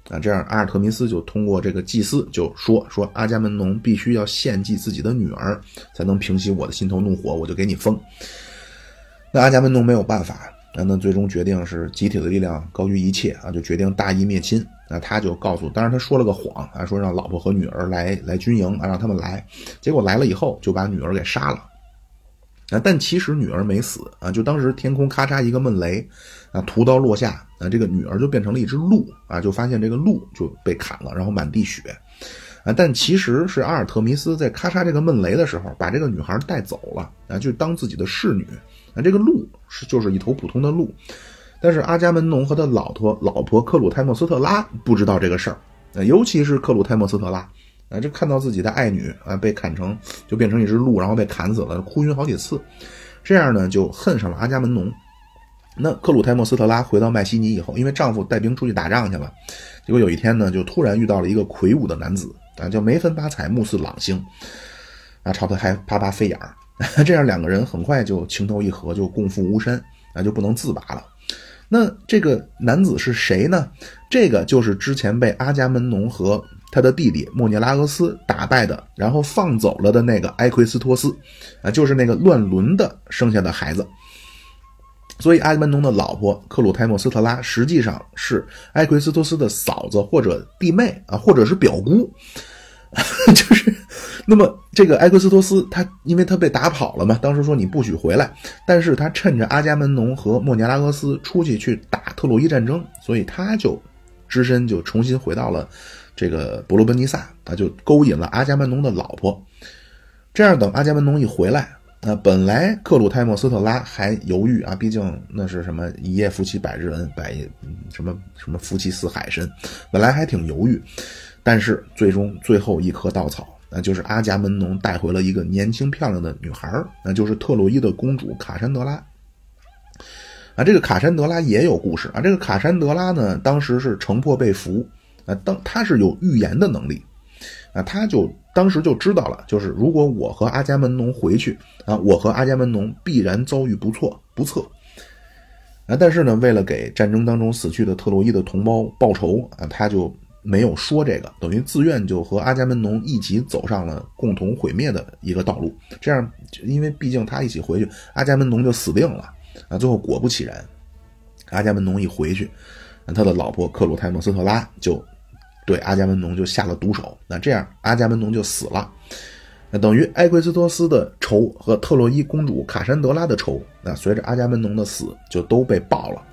A: 这样阿尔特弥斯就通过这个祭司就说阿伽门农必须要献祭自己的女儿，才能平息我的心头怒火，我就给你封。那阿伽门农没有办法，那最终决定是集体的力量高于一切就决定大义灭亲。他就告诉，当然他说了个谎说让老婆和女儿来军营让他们来，结果来了以后就把女儿给杀了。但其实女儿没死就当时天空咔嚓一个闷雷屠刀落下这个女儿就变成了一只鹿就发现这个鹿就被砍了，然后满地血但其实是阿尔特弥斯在咔嚓这个闷雷的时候把这个女孩带走了就当自己的侍女这个鹿就是一头普通的鹿，但是阿伽门农和他老婆克鲁泰莫斯特拉不知道这个事儿尤其是克鲁泰莫斯特拉这看到自己的爱女被砍成就变成一只鹿，然后被砍死了，哭晕好几次，这样呢就恨上了阿伽门农。那克鲁泰莫斯特拉回到麦西尼以后，因为丈夫带兵出去打仗去了，结果有一天呢就突然遇到了一个魁梧的男子叫梅芬巴采，目似朗星朝他还啪啪飞眼这样两个人很快就情投意合，就共赴巫山就不能自拔了。那这个男子是谁呢？这个就是之前被阿伽门农和他的弟弟莫涅拉俄斯打败的，然后放走了的那个埃奎斯托斯就是那个乱伦的生下的孩子。所以阿伽门农的老婆克鲁泰莫斯特拉实际上是埃奎斯托斯的嫂子或者弟妹或者是表姑就是那么这个埃奎斯托斯因为他被打跑了嘛，当时说你不许回来，但是他趁着阿伽门农和莫涅拉俄斯出去打特洛伊战争，所以他就只身就重新回到了这个伯罗奔尼撒就勾引了阿伽门农的老婆。这样等阿伽门农一回来本来克鲁泰莫斯特拉还犹豫毕竟那是什么一夜夫妻百日恩，什么夫妻似海深，本来还挺犹豫，但是最后一棵稻草就是阿伽门农带回了一个年轻漂亮的女孩，那就是特洛伊的公主卡珊德拉这个卡珊德拉也有故事这个卡珊德拉呢当时是城破被俘她是有预言的能力他就当时就知道了，就是如果我和阿伽门农回去我和阿伽门农必然遭遇不测但是呢为了给战争当中死去的特洛伊的同胞报仇他就没有说这个，等于自愿就和阿伽门农一起走上了共同毁灭的一个道路。这样因为毕竟他一起回去阿伽门农就死定了最后果不其然，阿伽门农一回去他的老婆克鲁泰莫斯特拉就对阿伽门农就下了毒手，那这样阿伽门农就死了，那等于埃奎斯托斯的仇和特洛伊公主卡珊德拉的仇那随着阿伽门农的死就都被报了。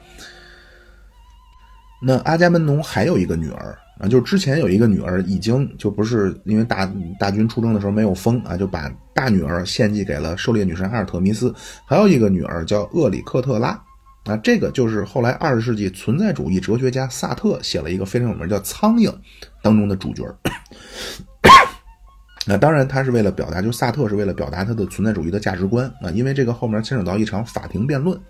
A: 那阿伽门农还有一个女儿就是之前有一个女儿已经就不是因为大军出征的时候没有封就把大女儿献祭给了狩猎女神阿尔特弥斯，还有一个女儿叫厄里克特拉这个就是后来20世纪存在主义哲学家萨特写了一个非常有名叫《苍蝇》当中的主角当然他是为了表达，就是萨特是为了表达他的存在主义的价值观因为这个后面牵扯到一场法庭辩论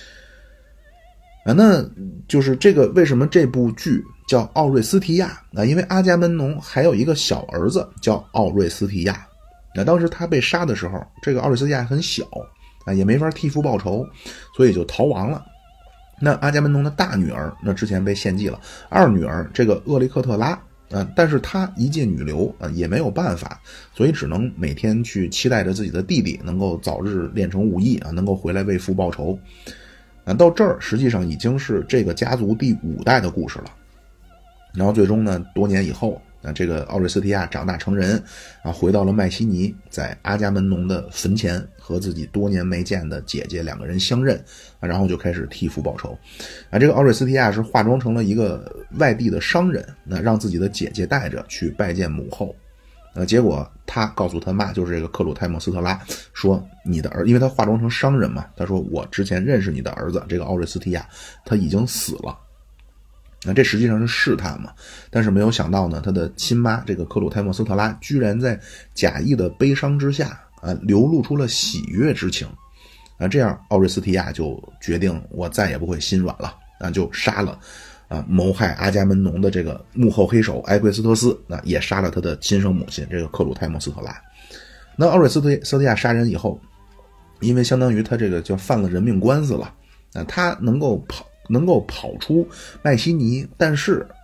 A: 那就是这个为什么这部剧叫奥瑞斯提亚因为阿伽门农还有一个小儿子叫奥瑞斯提亚当时他被杀的时候这个奥瑞斯提亚很小也没法替父报仇，所以就逃亡了。那阿伽门农的大女儿那之前被献祭了，二女儿这个厄利克特拉但是她一介女流也没有办法，所以只能每天去期待着自己的弟弟能够早日练成武艺能够回来为父报仇到这儿实际上已经是这个家族第5代的故事了。然后最终呢多年以后这个奥瑞斯提亚长大成人回到了麦西尼，在阿伽门农的坟前和自己多年没见的姐姐2个人相认然后就开始替父报仇这个奥瑞斯提亚是化妆成了一个外地的商人让自己的姐姐带着去拜见母后结果他告诉他妈，就是这个克鲁泰莫斯特拉，说你的因为他化妆成商人嘛，他说我之前认识你的儿子这个奥瑞斯提亚他已经死了这实际上是试探嘛，但是没有想到呢，他的亲妈这个克鲁泰莫斯特拉居然在假意的悲伤之下流露出了喜悦之情这样奥瑞斯提亚就决定我再也不会心软了就杀了谋害阿伽门农的这个幕后黑手埃奎斯托斯也杀了他的亲生母亲这个克鲁泰莫斯特拉。那奥瑞斯提亚杀人以后，因为相当于他这个就犯了人命官司了他能够跑出麦西尼，但是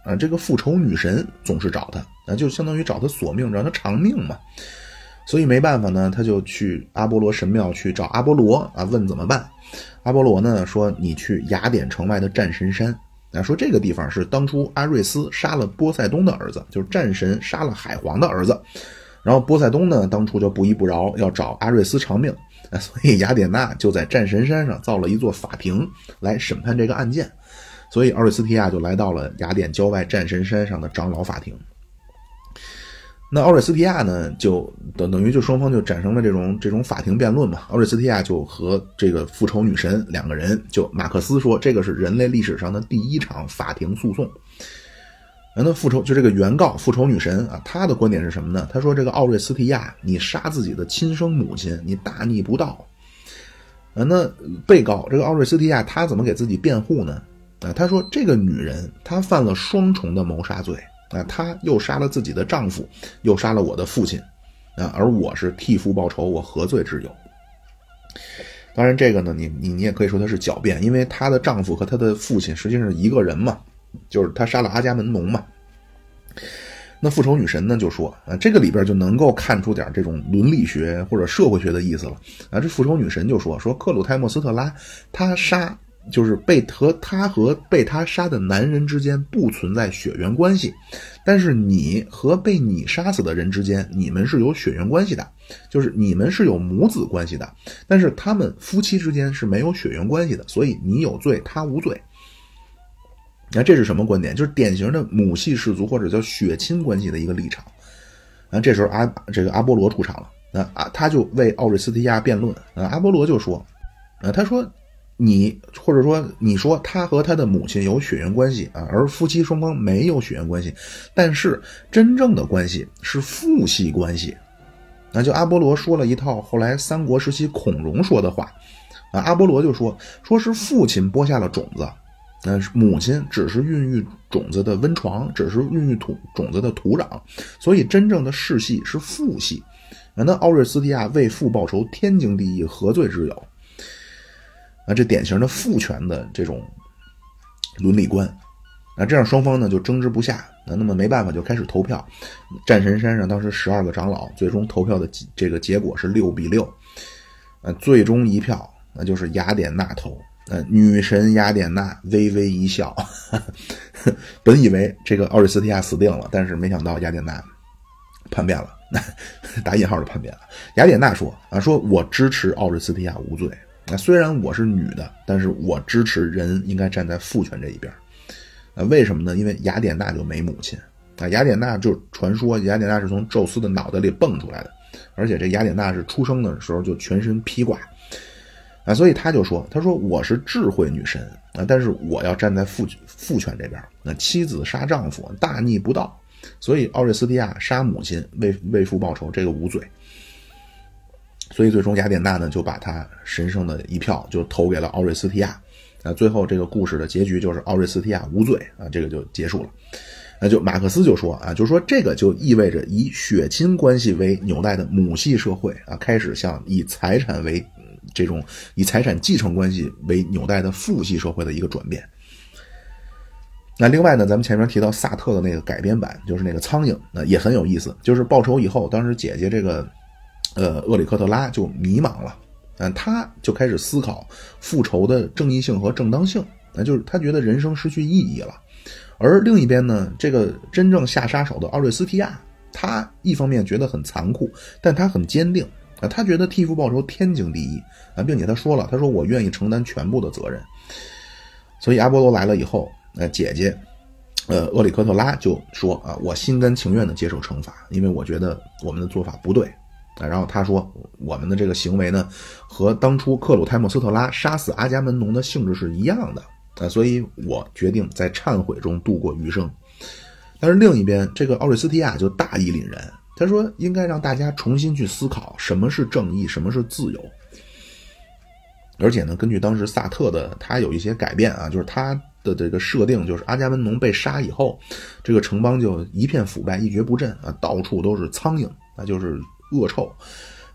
A: 啊，这个复仇女神总是找他，啊，就相当于找他索命，让他偿命嘛。所以没办法呢，他就去阿波罗神庙去找阿波罗啊，问怎么办。阿波罗呢说，你去雅典城外的战神山啊，说这个地方是当初阿瑞斯杀了波塞冬的儿子，就是战神杀了海皇的儿子。然后波塞冬呢当初就不依不饶，要找阿瑞斯偿命啊，所以雅典娜就在战神山上造了一座法庭来审判这个案件。所以奥瑞斯提亚就来到了雅典郊外战神山上的长老法庭。那奥瑞斯提亚呢，就等于就双方就产生了这种法庭辩论嘛。奥瑞斯提亚就和这个复仇女神两个人，就马克思说这个是人类历史上的第一场法庭诉讼。那就这个原告复仇女神啊，她的观点是什么呢？她说这个奥瑞斯提亚，你杀自己的亲生母亲，你大逆不道。那被告这个奥瑞斯提亚她怎么给自己辩护呢？她说这个女人她犯了双重的谋杀罪。她又杀了自己的丈夫，又杀了我的父亲，而我是替父报仇，我何罪之有？当然这个呢，你也可以说她是狡辩，因为她的丈夫和她的父亲实际上是一个人嘛，就是她杀了阿伽门农嘛。那复仇女神呢就说这个里边就能够看出点这种伦理学或者社会学的意思了这复仇女神就说克鲁泰莫斯特拉她杀就是他和被他杀的男人之间不存在血缘关系，但是你和被你杀死的人之间，你们是有血缘关系的，就是你们是有母子关系的，但是他们夫妻之间是没有血缘关系的，所以你有罪，他无罪。那这是什么观点？就是典型的母系氏族或者叫血亲关系的一个立场。这时候这个阿波罗出场了，他就为奥瑞斯提亚辩论。阿波罗就说，他说你或者说你说他和他的母亲有血缘关系而夫妻双方没有血缘关系，但是真正的关系是父系关系。就阿波罗说了一套后来三国时期孔融说的话阿波罗就说是父亲播下了种子，母亲只是孕育种子的温床，只是孕育种子的土壤，所以真正的世系是父系。那奥瑞斯提亚为父报仇，天经地义，何罪之有？这典型的父权的这种伦理观。这样双方呢就争执不下，那么没办法就开始投票。战神山上当时12个长老，最终投票的这个结果是6比6。最终一票那就是雅典娜投。女神雅典娜微微一笑本以为这个奥瑞斯提亚死定了，但是没想到雅典娜叛变了打引号的叛变了。雅典娜说我支持奥瑞斯提亚无罪。虽然我是女的，但是我支持人应该站在父权这一边。为什么呢？因为雅典娜就没母亲雅典娜就传说雅典娜是从宙斯的脑袋里蹦出来的，而且这雅典娜是出生的时候就全身披挂所以他说我是智慧女神但是我要站在父权这边。妻子杀丈夫大逆不道，所以奥瑞斯提亚杀母亲为父报仇，这个无罪。所以最终雅典娜呢就把他神圣的一票就投给了奥瑞斯提亚最后这个故事的结局就是奥瑞斯提亚无罪这个就结束了。就马克思就说就说这个就意味着以血亲关系为纽带的母系社会开始向以财产继承关系为纽带的父系社会的一个转变。那另外呢，咱们前面提到萨特的那个改编版，就是那个苍蝇也很有意思。就是报仇以后，当时姐姐这个厄里克特拉就迷茫了他就开始思考复仇的正义性和正当性就是他觉得人生失去意义了。而另一边呢，这个真正下杀手的奥瑞斯提亚，他一方面觉得很残酷，但他很坚定他觉得替父报仇天经地义并且他说我愿意承担全部的责任。所以阿波罗来了以后姐姐厄里克特拉就说我心甘情愿地接受惩罚，因为我觉得我们的做法不对然后他说我们的这个行为呢和当初克鲁泰莫斯特拉杀死阿伽门农的性质是一样的所以我决定在忏悔中度过余生。但是另一边这个奥瑞斯提亚就大义凛然，他说应该让大家重新去思考什么是正义，什么是自由。而且呢根据当时萨特的他有一些改变就是他的这个设定，就是阿伽门农被杀以后，这个城邦就一片腐败，一蹶不振到处都是苍蝇就是恶臭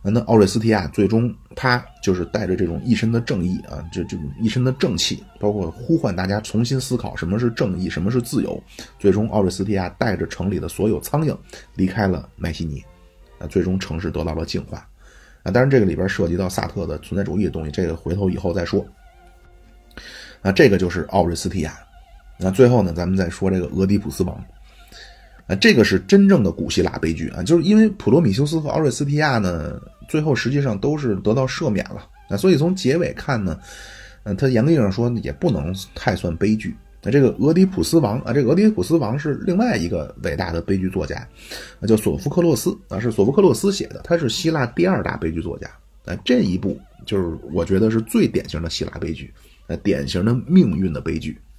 A: 那奥瑞斯提亚最终他就是带着这种一身的正义啊，这种一身的正气，包括呼唤大家重新思考什么是正义，什么是自由。最终奥瑞斯提亚带着城里的所有苍蝇离开了迈锡尼，最终城市得到了净化。当然这个里边涉及到萨特的存在主义的东西，这个回头以后再说。这个就是奥瑞斯提亚。最后呢，咱们再说这个俄狄浦斯王。这个是真正的古希腊悲剧啊，就是因为普罗米修斯和奥瑞斯提亚呢，最后实际上都是得到赦免了，所以从结尾看呢，他严格意义上说也不能太算悲剧。这个俄狄浦斯王啊，这个俄狄浦斯王是另外一个伟大的悲剧作家，叫索福克洛斯啊，是索福克洛斯写的，他是希腊第2大悲剧作家。这一部就是我觉得是最典型的希腊悲剧，典型的命运的悲剧。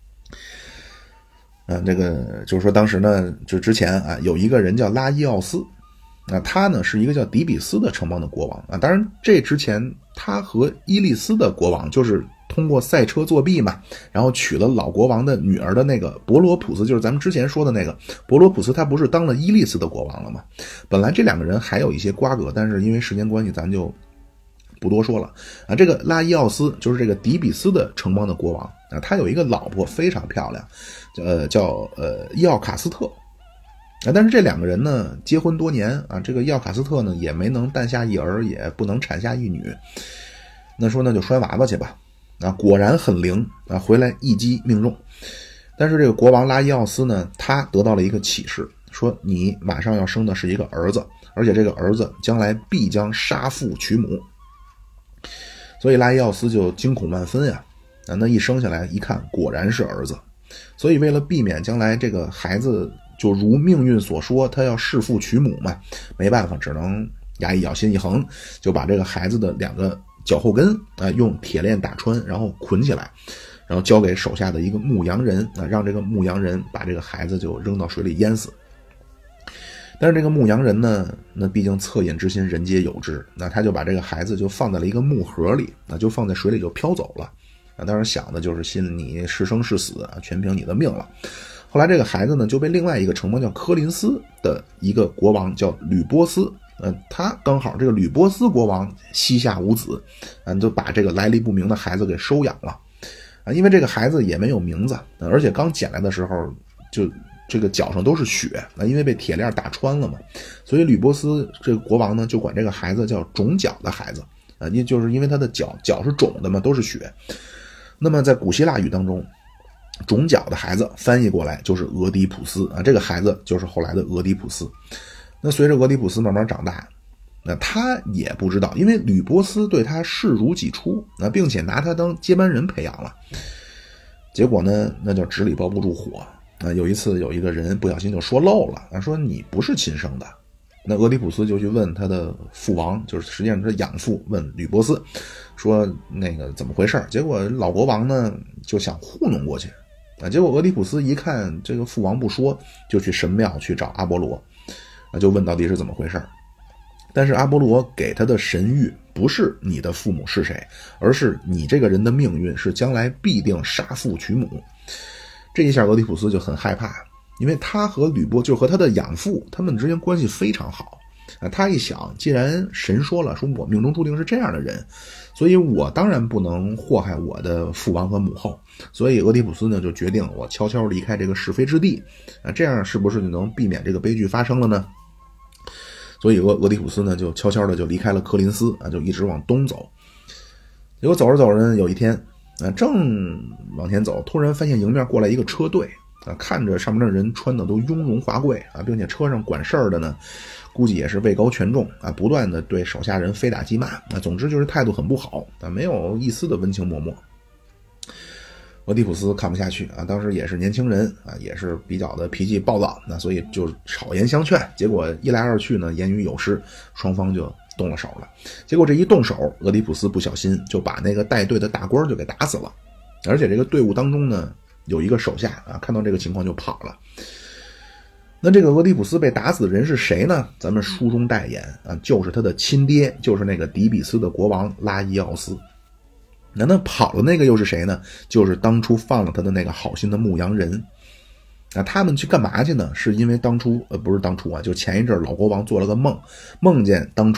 A: 这个就是说当时呢，就之前啊，有一个人叫拉伊奥斯，他呢是一个叫底比斯的城邦的国王啊。当然这之前他和伊利斯的国王就是通过赛车作弊嘛，然后娶了老国王的女儿的那个伯罗普斯，就是咱们之前说的那个伯罗普斯，他不是当了伊利斯的国王了吗？本来这2个人还有一些瓜葛，但是因为时间关系咱就不多说了啊。这个拉伊奥斯就是这个底比斯的城邦的国王啊，他有一个老婆非常漂亮，叫伊奥卡斯特啊。但是这2个人呢结婚多年啊，这个伊奥卡斯特呢也没能诞下一儿，也不能产下一女。那说那就拴娃娃去吧啊，果然很灵啊，回来一击命中。但是这个国王拉伊奥斯呢，他得到了一个启示，说你马上要生的是一个儿子，而且这个儿子将来必将杀父娶母。所以拉伊奥斯就惊恐万分呀，那一生下来一看果然是儿子。所以为了避免将来这个孩子就如命运所说他要弑父娶母嘛，没办法只能牙一咬心一横，就把这个孩子的2个脚后跟用铁链打穿，然后捆起来，然后交给手下的一个牧羊人让这个牧羊人把这个孩子就扔到水里淹死。但是这个牧羊人呢，那毕竟恻隐之心人皆有之，那他就把这个孩子就放在了一个木盒里，那就放在水里就飘走了。当时想的就是心你是生是死啊，全凭你的命了。后来这个孩子呢就被另外一个城邦叫科林斯的一个国王叫吕波斯，他刚好这个吕波斯国王膝下无子，就把这个来历不明的孩子给收养了啊。因为这个孩子也没有名字，而且刚捡来的时候就这个脚上都是血，因为被铁链打穿了嘛，所以吕波斯这个国王呢就管这个孩子叫肿脚的孩子啊，就是因为他的脚是肿的嘛，都是血。那么在古希腊语当中，肿脚的孩子翻译过来就是俄狄浦斯啊，这个孩子就是后来的俄狄浦斯。那随着俄狄浦斯慢慢长大，那他也不知道，因为吕波斯对他视如己出，并且拿他当接班人培养了。结果呢，那叫纸里包不住火啊。有一次有一个人不小心就说漏了，说你不是亲生的。那俄狄浦斯就去问他的父王，就是实际上是养父，问吕波斯说那个怎么回事。结果老国王呢就想糊弄过去啊，结果俄狄浦斯一看这个父王不说，就去神庙去找阿波罗，就问到底是怎么回事。但是阿波罗给他的神谕不是你的父母是谁，而是你这个人的命运是将来必定杀父娶母。这一下俄狄浦斯就很害怕，因为他和吕波就和他的养父他们之间关系非常好他一想，既然神说了，说我命中注定是这样的人，所以我当然不能祸害我的父王和母后。所以俄狄浦斯呢就决定我悄悄离开这个是非之地这样是不是就能避免这个悲剧发生了呢？所以俄狄浦斯呢就悄悄的就离开了科林斯就一直往东走。结果走着走着有一天正往前走，突然发现迎面过来一个车队看着上面的人穿的都雍容华贵并且车上管事儿的呢估计也是位高权重不断的对手下人非打即骂总之就是态度很不好没有一丝的温情脉脉。俄狄浦斯看不下去当时也是年轻人也是比较的脾气暴躁所以就巧言相劝，结果一来二去呢言语有失，双方就动了手了。结果这一动手，俄狄浦斯不小心就把那个带队的大官就给打死了，而且这个队伍当中呢有一个手下看到这个情况就跑了。那这个俄狄浦斯被打死的人是谁呢？咱们书中代言就是他的亲爹，就是那个底比斯的国王拉伊奥斯。那跑了那个又是谁呢？就是当初放了他的那个好心的牧羊人他们去干嘛去呢？是因为当初不是当初就前一阵老国王做了个梦，梦见当初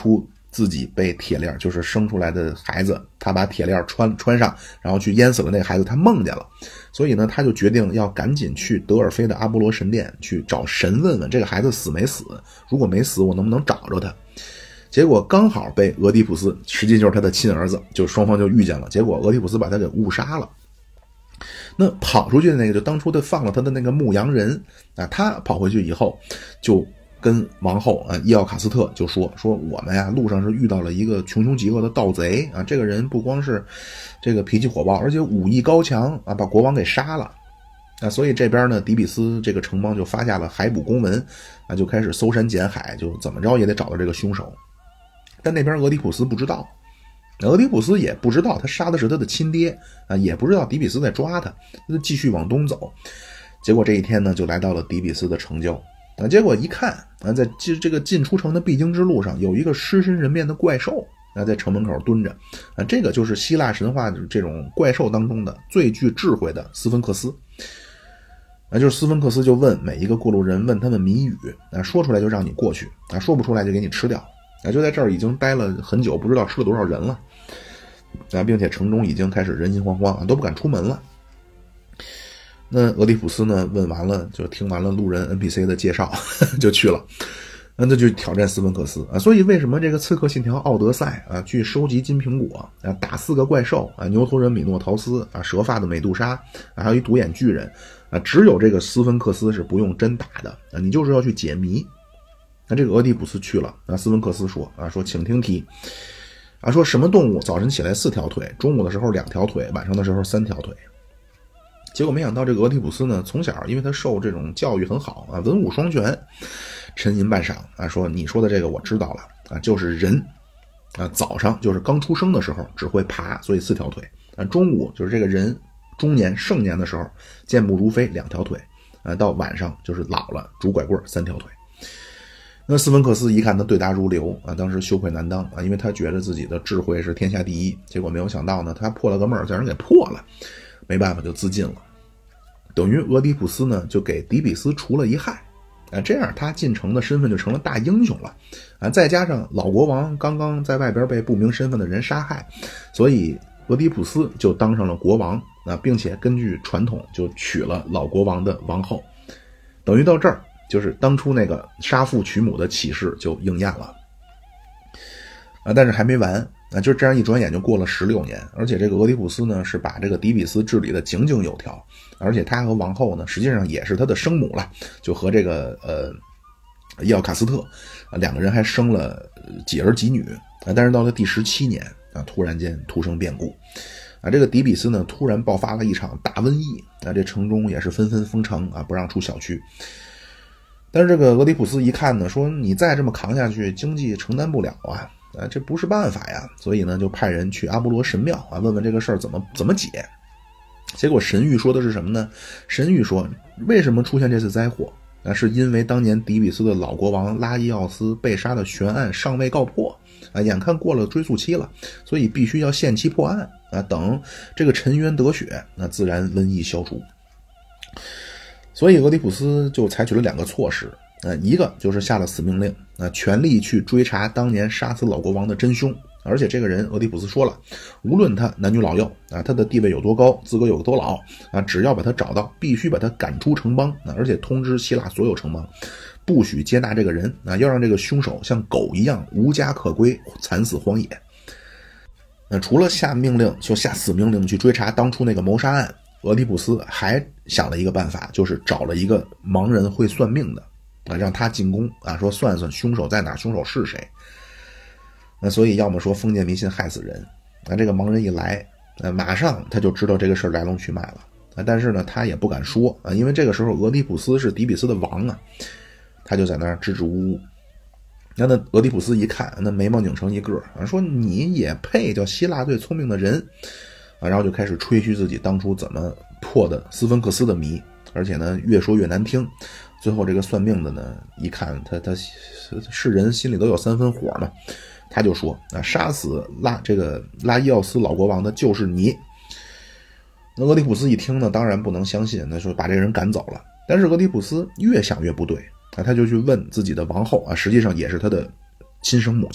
A: 自己被铁链，就是生出来的孩子，他把铁链穿上，然后去淹死了那个孩子，他梦见了，所以呢，他就决定要赶紧去德尔菲的阿波罗神殿去找神问问这个孩子死没死，如果没死，我能不能找着他。结果刚好被俄狄浦斯，实际就是他的亲儿子，就双方就遇见了，结果俄狄浦斯把他给误杀了。那跑出去的那个就当初他放了他的那个牧羊人啊，他跑回去以后就跟王后啊伊奥卡斯特就说我们呀路上是遇到了一个穷凶极恶的盗贼啊，这个人不光是这个脾气火爆，而且武艺高强啊，把国王给杀了啊，所以这边呢底比斯这个城邦就发下了海捕公文啊，就开始搜山捡海，就怎么着也得找到这个凶手。但那边俄狄浦斯不知道，俄狄浦斯也不知道他杀的是他的亲爹啊，也不知道底比斯在抓他，他就继续往东走。结果这一天呢，就来到了底比斯的城郊啊，结果一看啊，在这个进出城的必经之路上，有一个狮身人面的怪兽啊，在城门口蹲着啊，这个就是希腊神话这种怪兽当中的最具智慧的斯芬克斯啊，就是斯芬克斯就问每一个过路人，问他们谜语啊，说出来就让你过去啊，说不出来就给你吃掉。啊，就在这儿已经待了很久，不知道吃了多少人了啊，并且城中已经开始人心惶惶啊，都不敢出门了。那俄狄浦斯呢问完了，就听完了路人 NPC 的介绍就去了，那就挑战斯芬克斯啊。所以为什么这个刺客信条奥德赛啊去收集金苹果啊，打4个怪兽啊，牛头人米诺陶斯啊，蛇发的美杜莎啊，还有一独眼巨人啊，只有这个斯芬克斯是不用真打的啊，你就是要去解谜。那这个俄狄浦斯去了啊，斯芬克斯说啊，说请听题啊，说什么动物早晨起来4条腿，中午的时候2条腿，晚上的时候3条腿。结果没想到这个俄狄浦斯呢，从小因为他受这种教育很好啊，文武双全，沉吟半晌啊，说你说的这个我知道了啊，就是人啊，早上就是刚出生的时候只会爬，所以4条腿啊，中午就是这个人中年盛年的时候健步如飞2条腿啊，到晚上就是老了拄拐棍3条腿。那斯芬克斯一看他对答如流啊，当时羞愧难当啊，因为他觉得自己的智慧是天下第一，结果没有想到呢，他破了个闷，叫人给破了，没办法就自尽了。等于俄狄浦斯呢就给底比斯除了一害啊，这样他进城的身份就成了大英雄了啊，再加上老国王刚刚在外边被不明身份的人杀害，所以俄狄浦斯就当上了国王啊，并且根据传统就娶了老国王的王后，等于到这儿就是当初那个杀父娶母的启示就应验了啊，但是还没完啊，就这样一转眼就过了16年，而且这个俄狄浦斯呢是把这个底比斯治理的井井有条，而且他和王后呢实际上也是他的生母了，就和这个伊奥卡斯特啊2个人还生了几儿几女啊，但是到了第17年啊，突然间突生变故啊，这个底比斯呢突然爆发了一场大瘟疫啊，这城中也是纷纷封城啊，不让出小区。但是这个俄狄浦斯一看呢，说你再这么扛下去，经济承担不了啊，这不是办法呀。所以呢，就派人去阿波罗神庙啊，问问这个事儿怎么解。结果神谕说的是什么呢？神谕说，为什么出现这次灾祸？是因为当年底比斯的老国王拉伊奥斯被杀的悬案尚未告破啊，眼看过了追诉期了，所以必须要限期破案啊，等这个沉冤得雪，那自然瘟疫消除。所以俄狄浦斯就采取了2个措施一个就是下了死命令全力去追查当年杀死老国王的真凶，而且这个人俄狄浦斯说了，无论他男女老幼他的地位有多高，资格有多老只要把他找到，必须把他赶出城邦而且通知希腊所有城邦不许接纳这个人要让这个凶手像狗一样无家可归，惨死荒野。除了下命令，就下死命令去追查当初那个谋杀案，俄狄浦斯还想了一个办法，就是找了一个盲人会算命的让他进宫说算算凶手在哪，凶手是谁。所以要么说封建迷信害死人这个盲人一来马上他就知道这个事来龙去脉了但是呢他也不敢说因为这个时候俄狄浦斯是底比斯的王他就在那儿支支吾吾。那俄狄浦斯一看，那眉毛拧成一个说你也配叫希腊最聪明的人然后就开始吹嘘自己当初怎么破的斯芬克斯的谜，而且呢越说越难听。最后这个算命的呢一看他是人心里都有3分火嘛，他就说杀死拉伊奥斯老国王的就是你。那俄狄浦斯一听呢当然不能相信，那说把这个人赶走了。但是俄狄浦斯越想越不对他就去问自己的王后实际上也是他的亲生母亲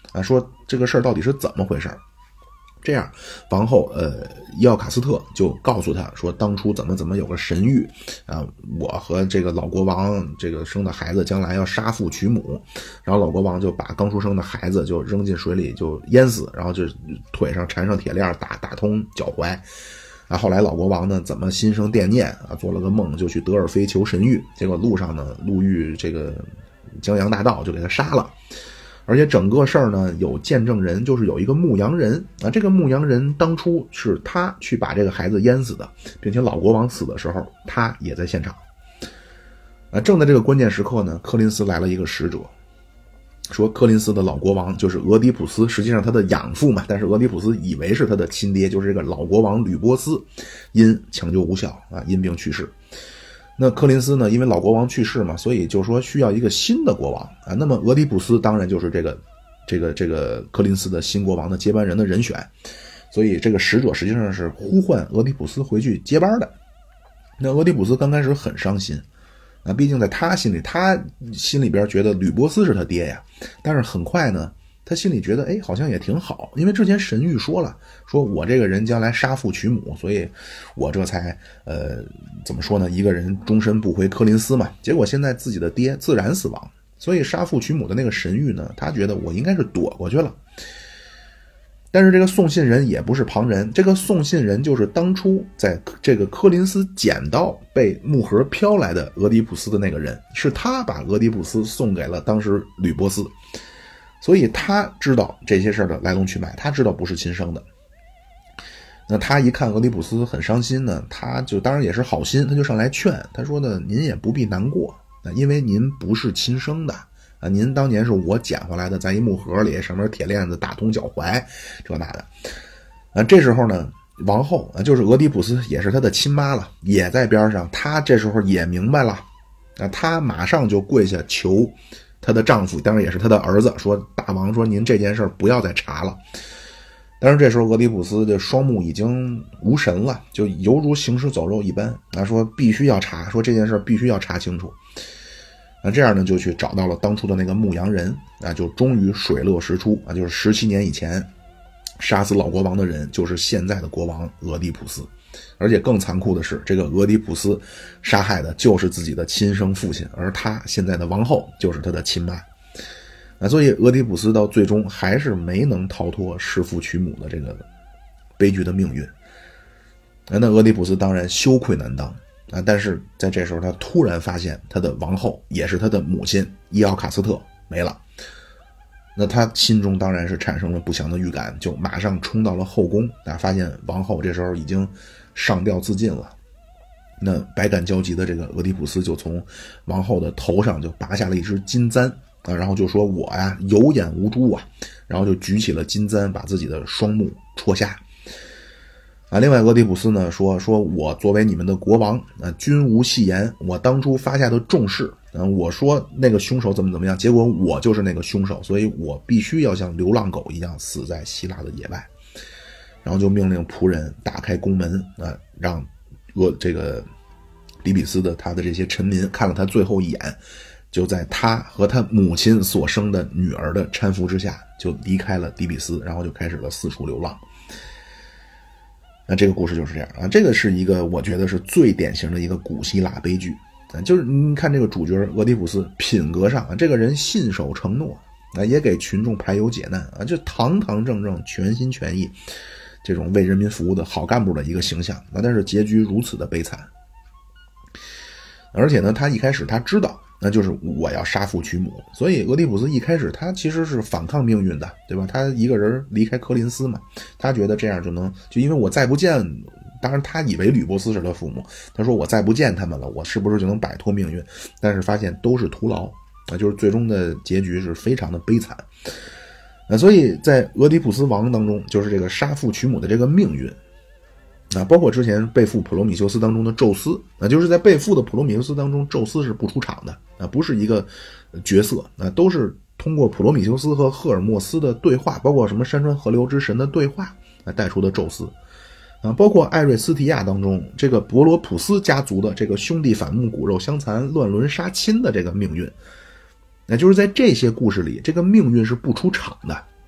A: 说这个事儿到底是怎么回事。这样王后伊奥卡斯特就告诉他说，当初怎么有个神谕我和这个老国王这个生的孩子将来要杀父娶母，然后老国王就把刚出生的孩子就扔进水里就淹死，然后就腿上缠上铁链打通脚踝。后来老国王呢怎么心生惦念做了个梦，就去德尔菲求神谕，结果路上呢路遇这个江洋大盗，就给他杀了。而且整个事儿呢有见证人，就是有一个牧羊人这个牧羊人当初是他去把这个孩子淹死的，并且老国王死的时候他也在现场。正在这个关键时刻呢，柯林斯来了一个使者，说柯林斯的老国王就是俄狄浦斯，实际上他的养父嘛，但是俄狄浦斯以为是他的亲爹，就是这个老国王吕波斯，因抢救无效因病去世。那柯林斯呢，因为老国王去世嘛，所以就说需要一个新的国王那么俄狄浦斯当然就是这个柯林斯的新国王的接班人的人选，所以这个使者实际上是呼唤俄狄浦斯回去接班的。那俄狄浦斯刚开始很伤心毕竟在他心里边觉得吕波斯是他爹呀，但是很快呢他心里觉得好像也挺好，因为之前神谕说了，说我这个人将来杀父娶母，所以我这才怎么说呢，一个人终身不回柯林斯嘛。结果现在自己的爹自然死亡，所以杀父娶母的那个神谕呢，他觉得我应该是躲过去了。但是这个送信人也不是旁人，这个送信人就是当初在这个柯林斯捡到被木盒飘来的俄狄浦斯的那个人，是他把俄狄浦斯送给了当时吕波斯，所以他知道这些事儿的来龙去脉，他知道不是亲生的。那他一看俄狄浦斯很伤心呢，他就当然也是好心，他就上来劝他说呢，您也不必难过因为您不是亲生的您当年是我捡回来的，在一木盒里，上面铁链子打通脚踝这那的这时候呢王后就是俄狄浦斯也是他的亲妈了，也在边上，她这时候也明白了她马上就跪下求她的丈夫，当然也是她的儿子，说大王说您这件事不要再查了。但是这时候俄狄浦斯的双目已经无神了，就犹如行尸走肉一般说必须要查，说这件事必须要查清楚这样呢就去找到了当初的那个牧羊人就终于水落石出就是17年以前杀死老国王的人就是现在的国王俄狄浦斯。而且更残酷的是，这个俄狄浦斯杀害的就是自己的亲生父亲，而他现在的王后就是他的亲妈所以俄狄浦斯到最终还是没能逃脱弑父娶母的这个悲剧的命运那俄狄浦斯当然羞愧难当但是在这时候他突然发现他的王后也是他的母亲伊奥卡斯特没了，那他心中当然是产生了不祥的预感，就马上冲到了后宫发现王后这时候已经上吊自尽了。那百感交集的这个俄狄浦斯就从王后的头上就拔下了一只金簪然后就说我有眼无珠然后就举起了金簪把自己的双目戳瞎另外俄狄浦斯呢说我作为你们的国王君无戏言，我当初发下的重誓我说那个凶手怎么样，结果我就是那个凶手，所以我必须要像流浪狗一样死在希腊的野外。然后就命令仆人打开宫门让这个底比斯的他的这些臣民看了他最后一眼，就在他和他母亲所生的女儿的搀扶之下就离开了底比斯，然后就开始了四处流浪。那这个故事就是这样这个是一个我觉得是最典型的一个古希腊悲剧就是你看这个主角俄狄浦斯品格上这个人信守承诺也给群众排忧解难就堂堂正正全心全意这种为人民服务的好干部的一个形象但是结局如此的悲惨。而且呢他一开始他知道那就是我要杀父娶母，所以俄狄浦斯一开始他其实是反抗命运的，对吧？他一个人离开柯林斯嘛，他觉得这样就因为我再不见，当然他以为吕波斯是他父母，他说我再不见他们了，我是不是就能摆脱命运？但是发现都是徒劳就是最终的结局是非常的悲惨所以在俄狄浦斯王当中，就是这个杀父娶母的这个命运包括之前背负普罗米修斯当中的宙斯就是在背负的普罗米修斯当中，宙斯是不出场的不是一个角色都是通过普罗米修斯和赫尔墨斯的对话，包括什么山川河流之神的对话带出的宙斯包括艾瑞斯提亚当中这个伯罗普斯家族的这个兄弟反目骨肉相残乱伦杀亲的这个命运就是在这些故事里这个命运是不出场的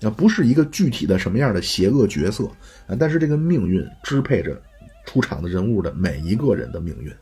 A: 不是一个具体的什么样的邪恶角色啊，但是这个命运支配着出场的人物的每一个人的命运。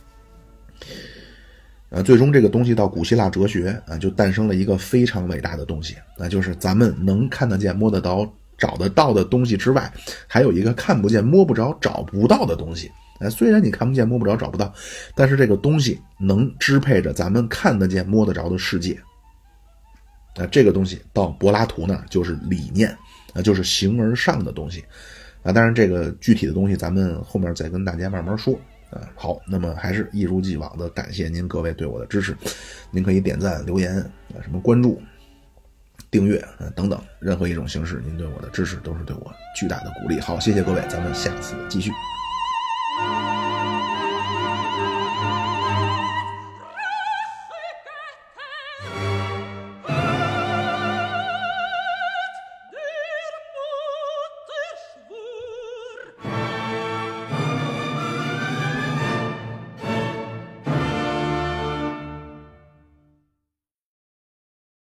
A: 最终这个东西到古希腊哲学啊，就诞生了一个非常伟大的东西，那就是咱们能看得见、摸得到、找得到的东西之外，还有一个看不见、摸不着、找不到的东西。虽然你看不见、摸不着、找不到，但是这个东西能支配着咱们看得见、摸得着的世界。这个东西到柏拉图那儿就是理念，就是形而上的东西。当然这个具体的东西咱们后面再跟大家慢慢说。好，那么还是一如既往的感谢您各位对我的支持。您可以点赞、留言、什么关注、订阅等等，任何一种形式，您对我的支持都是对我巨大的鼓励。好，谢谢各位，咱们下次继续。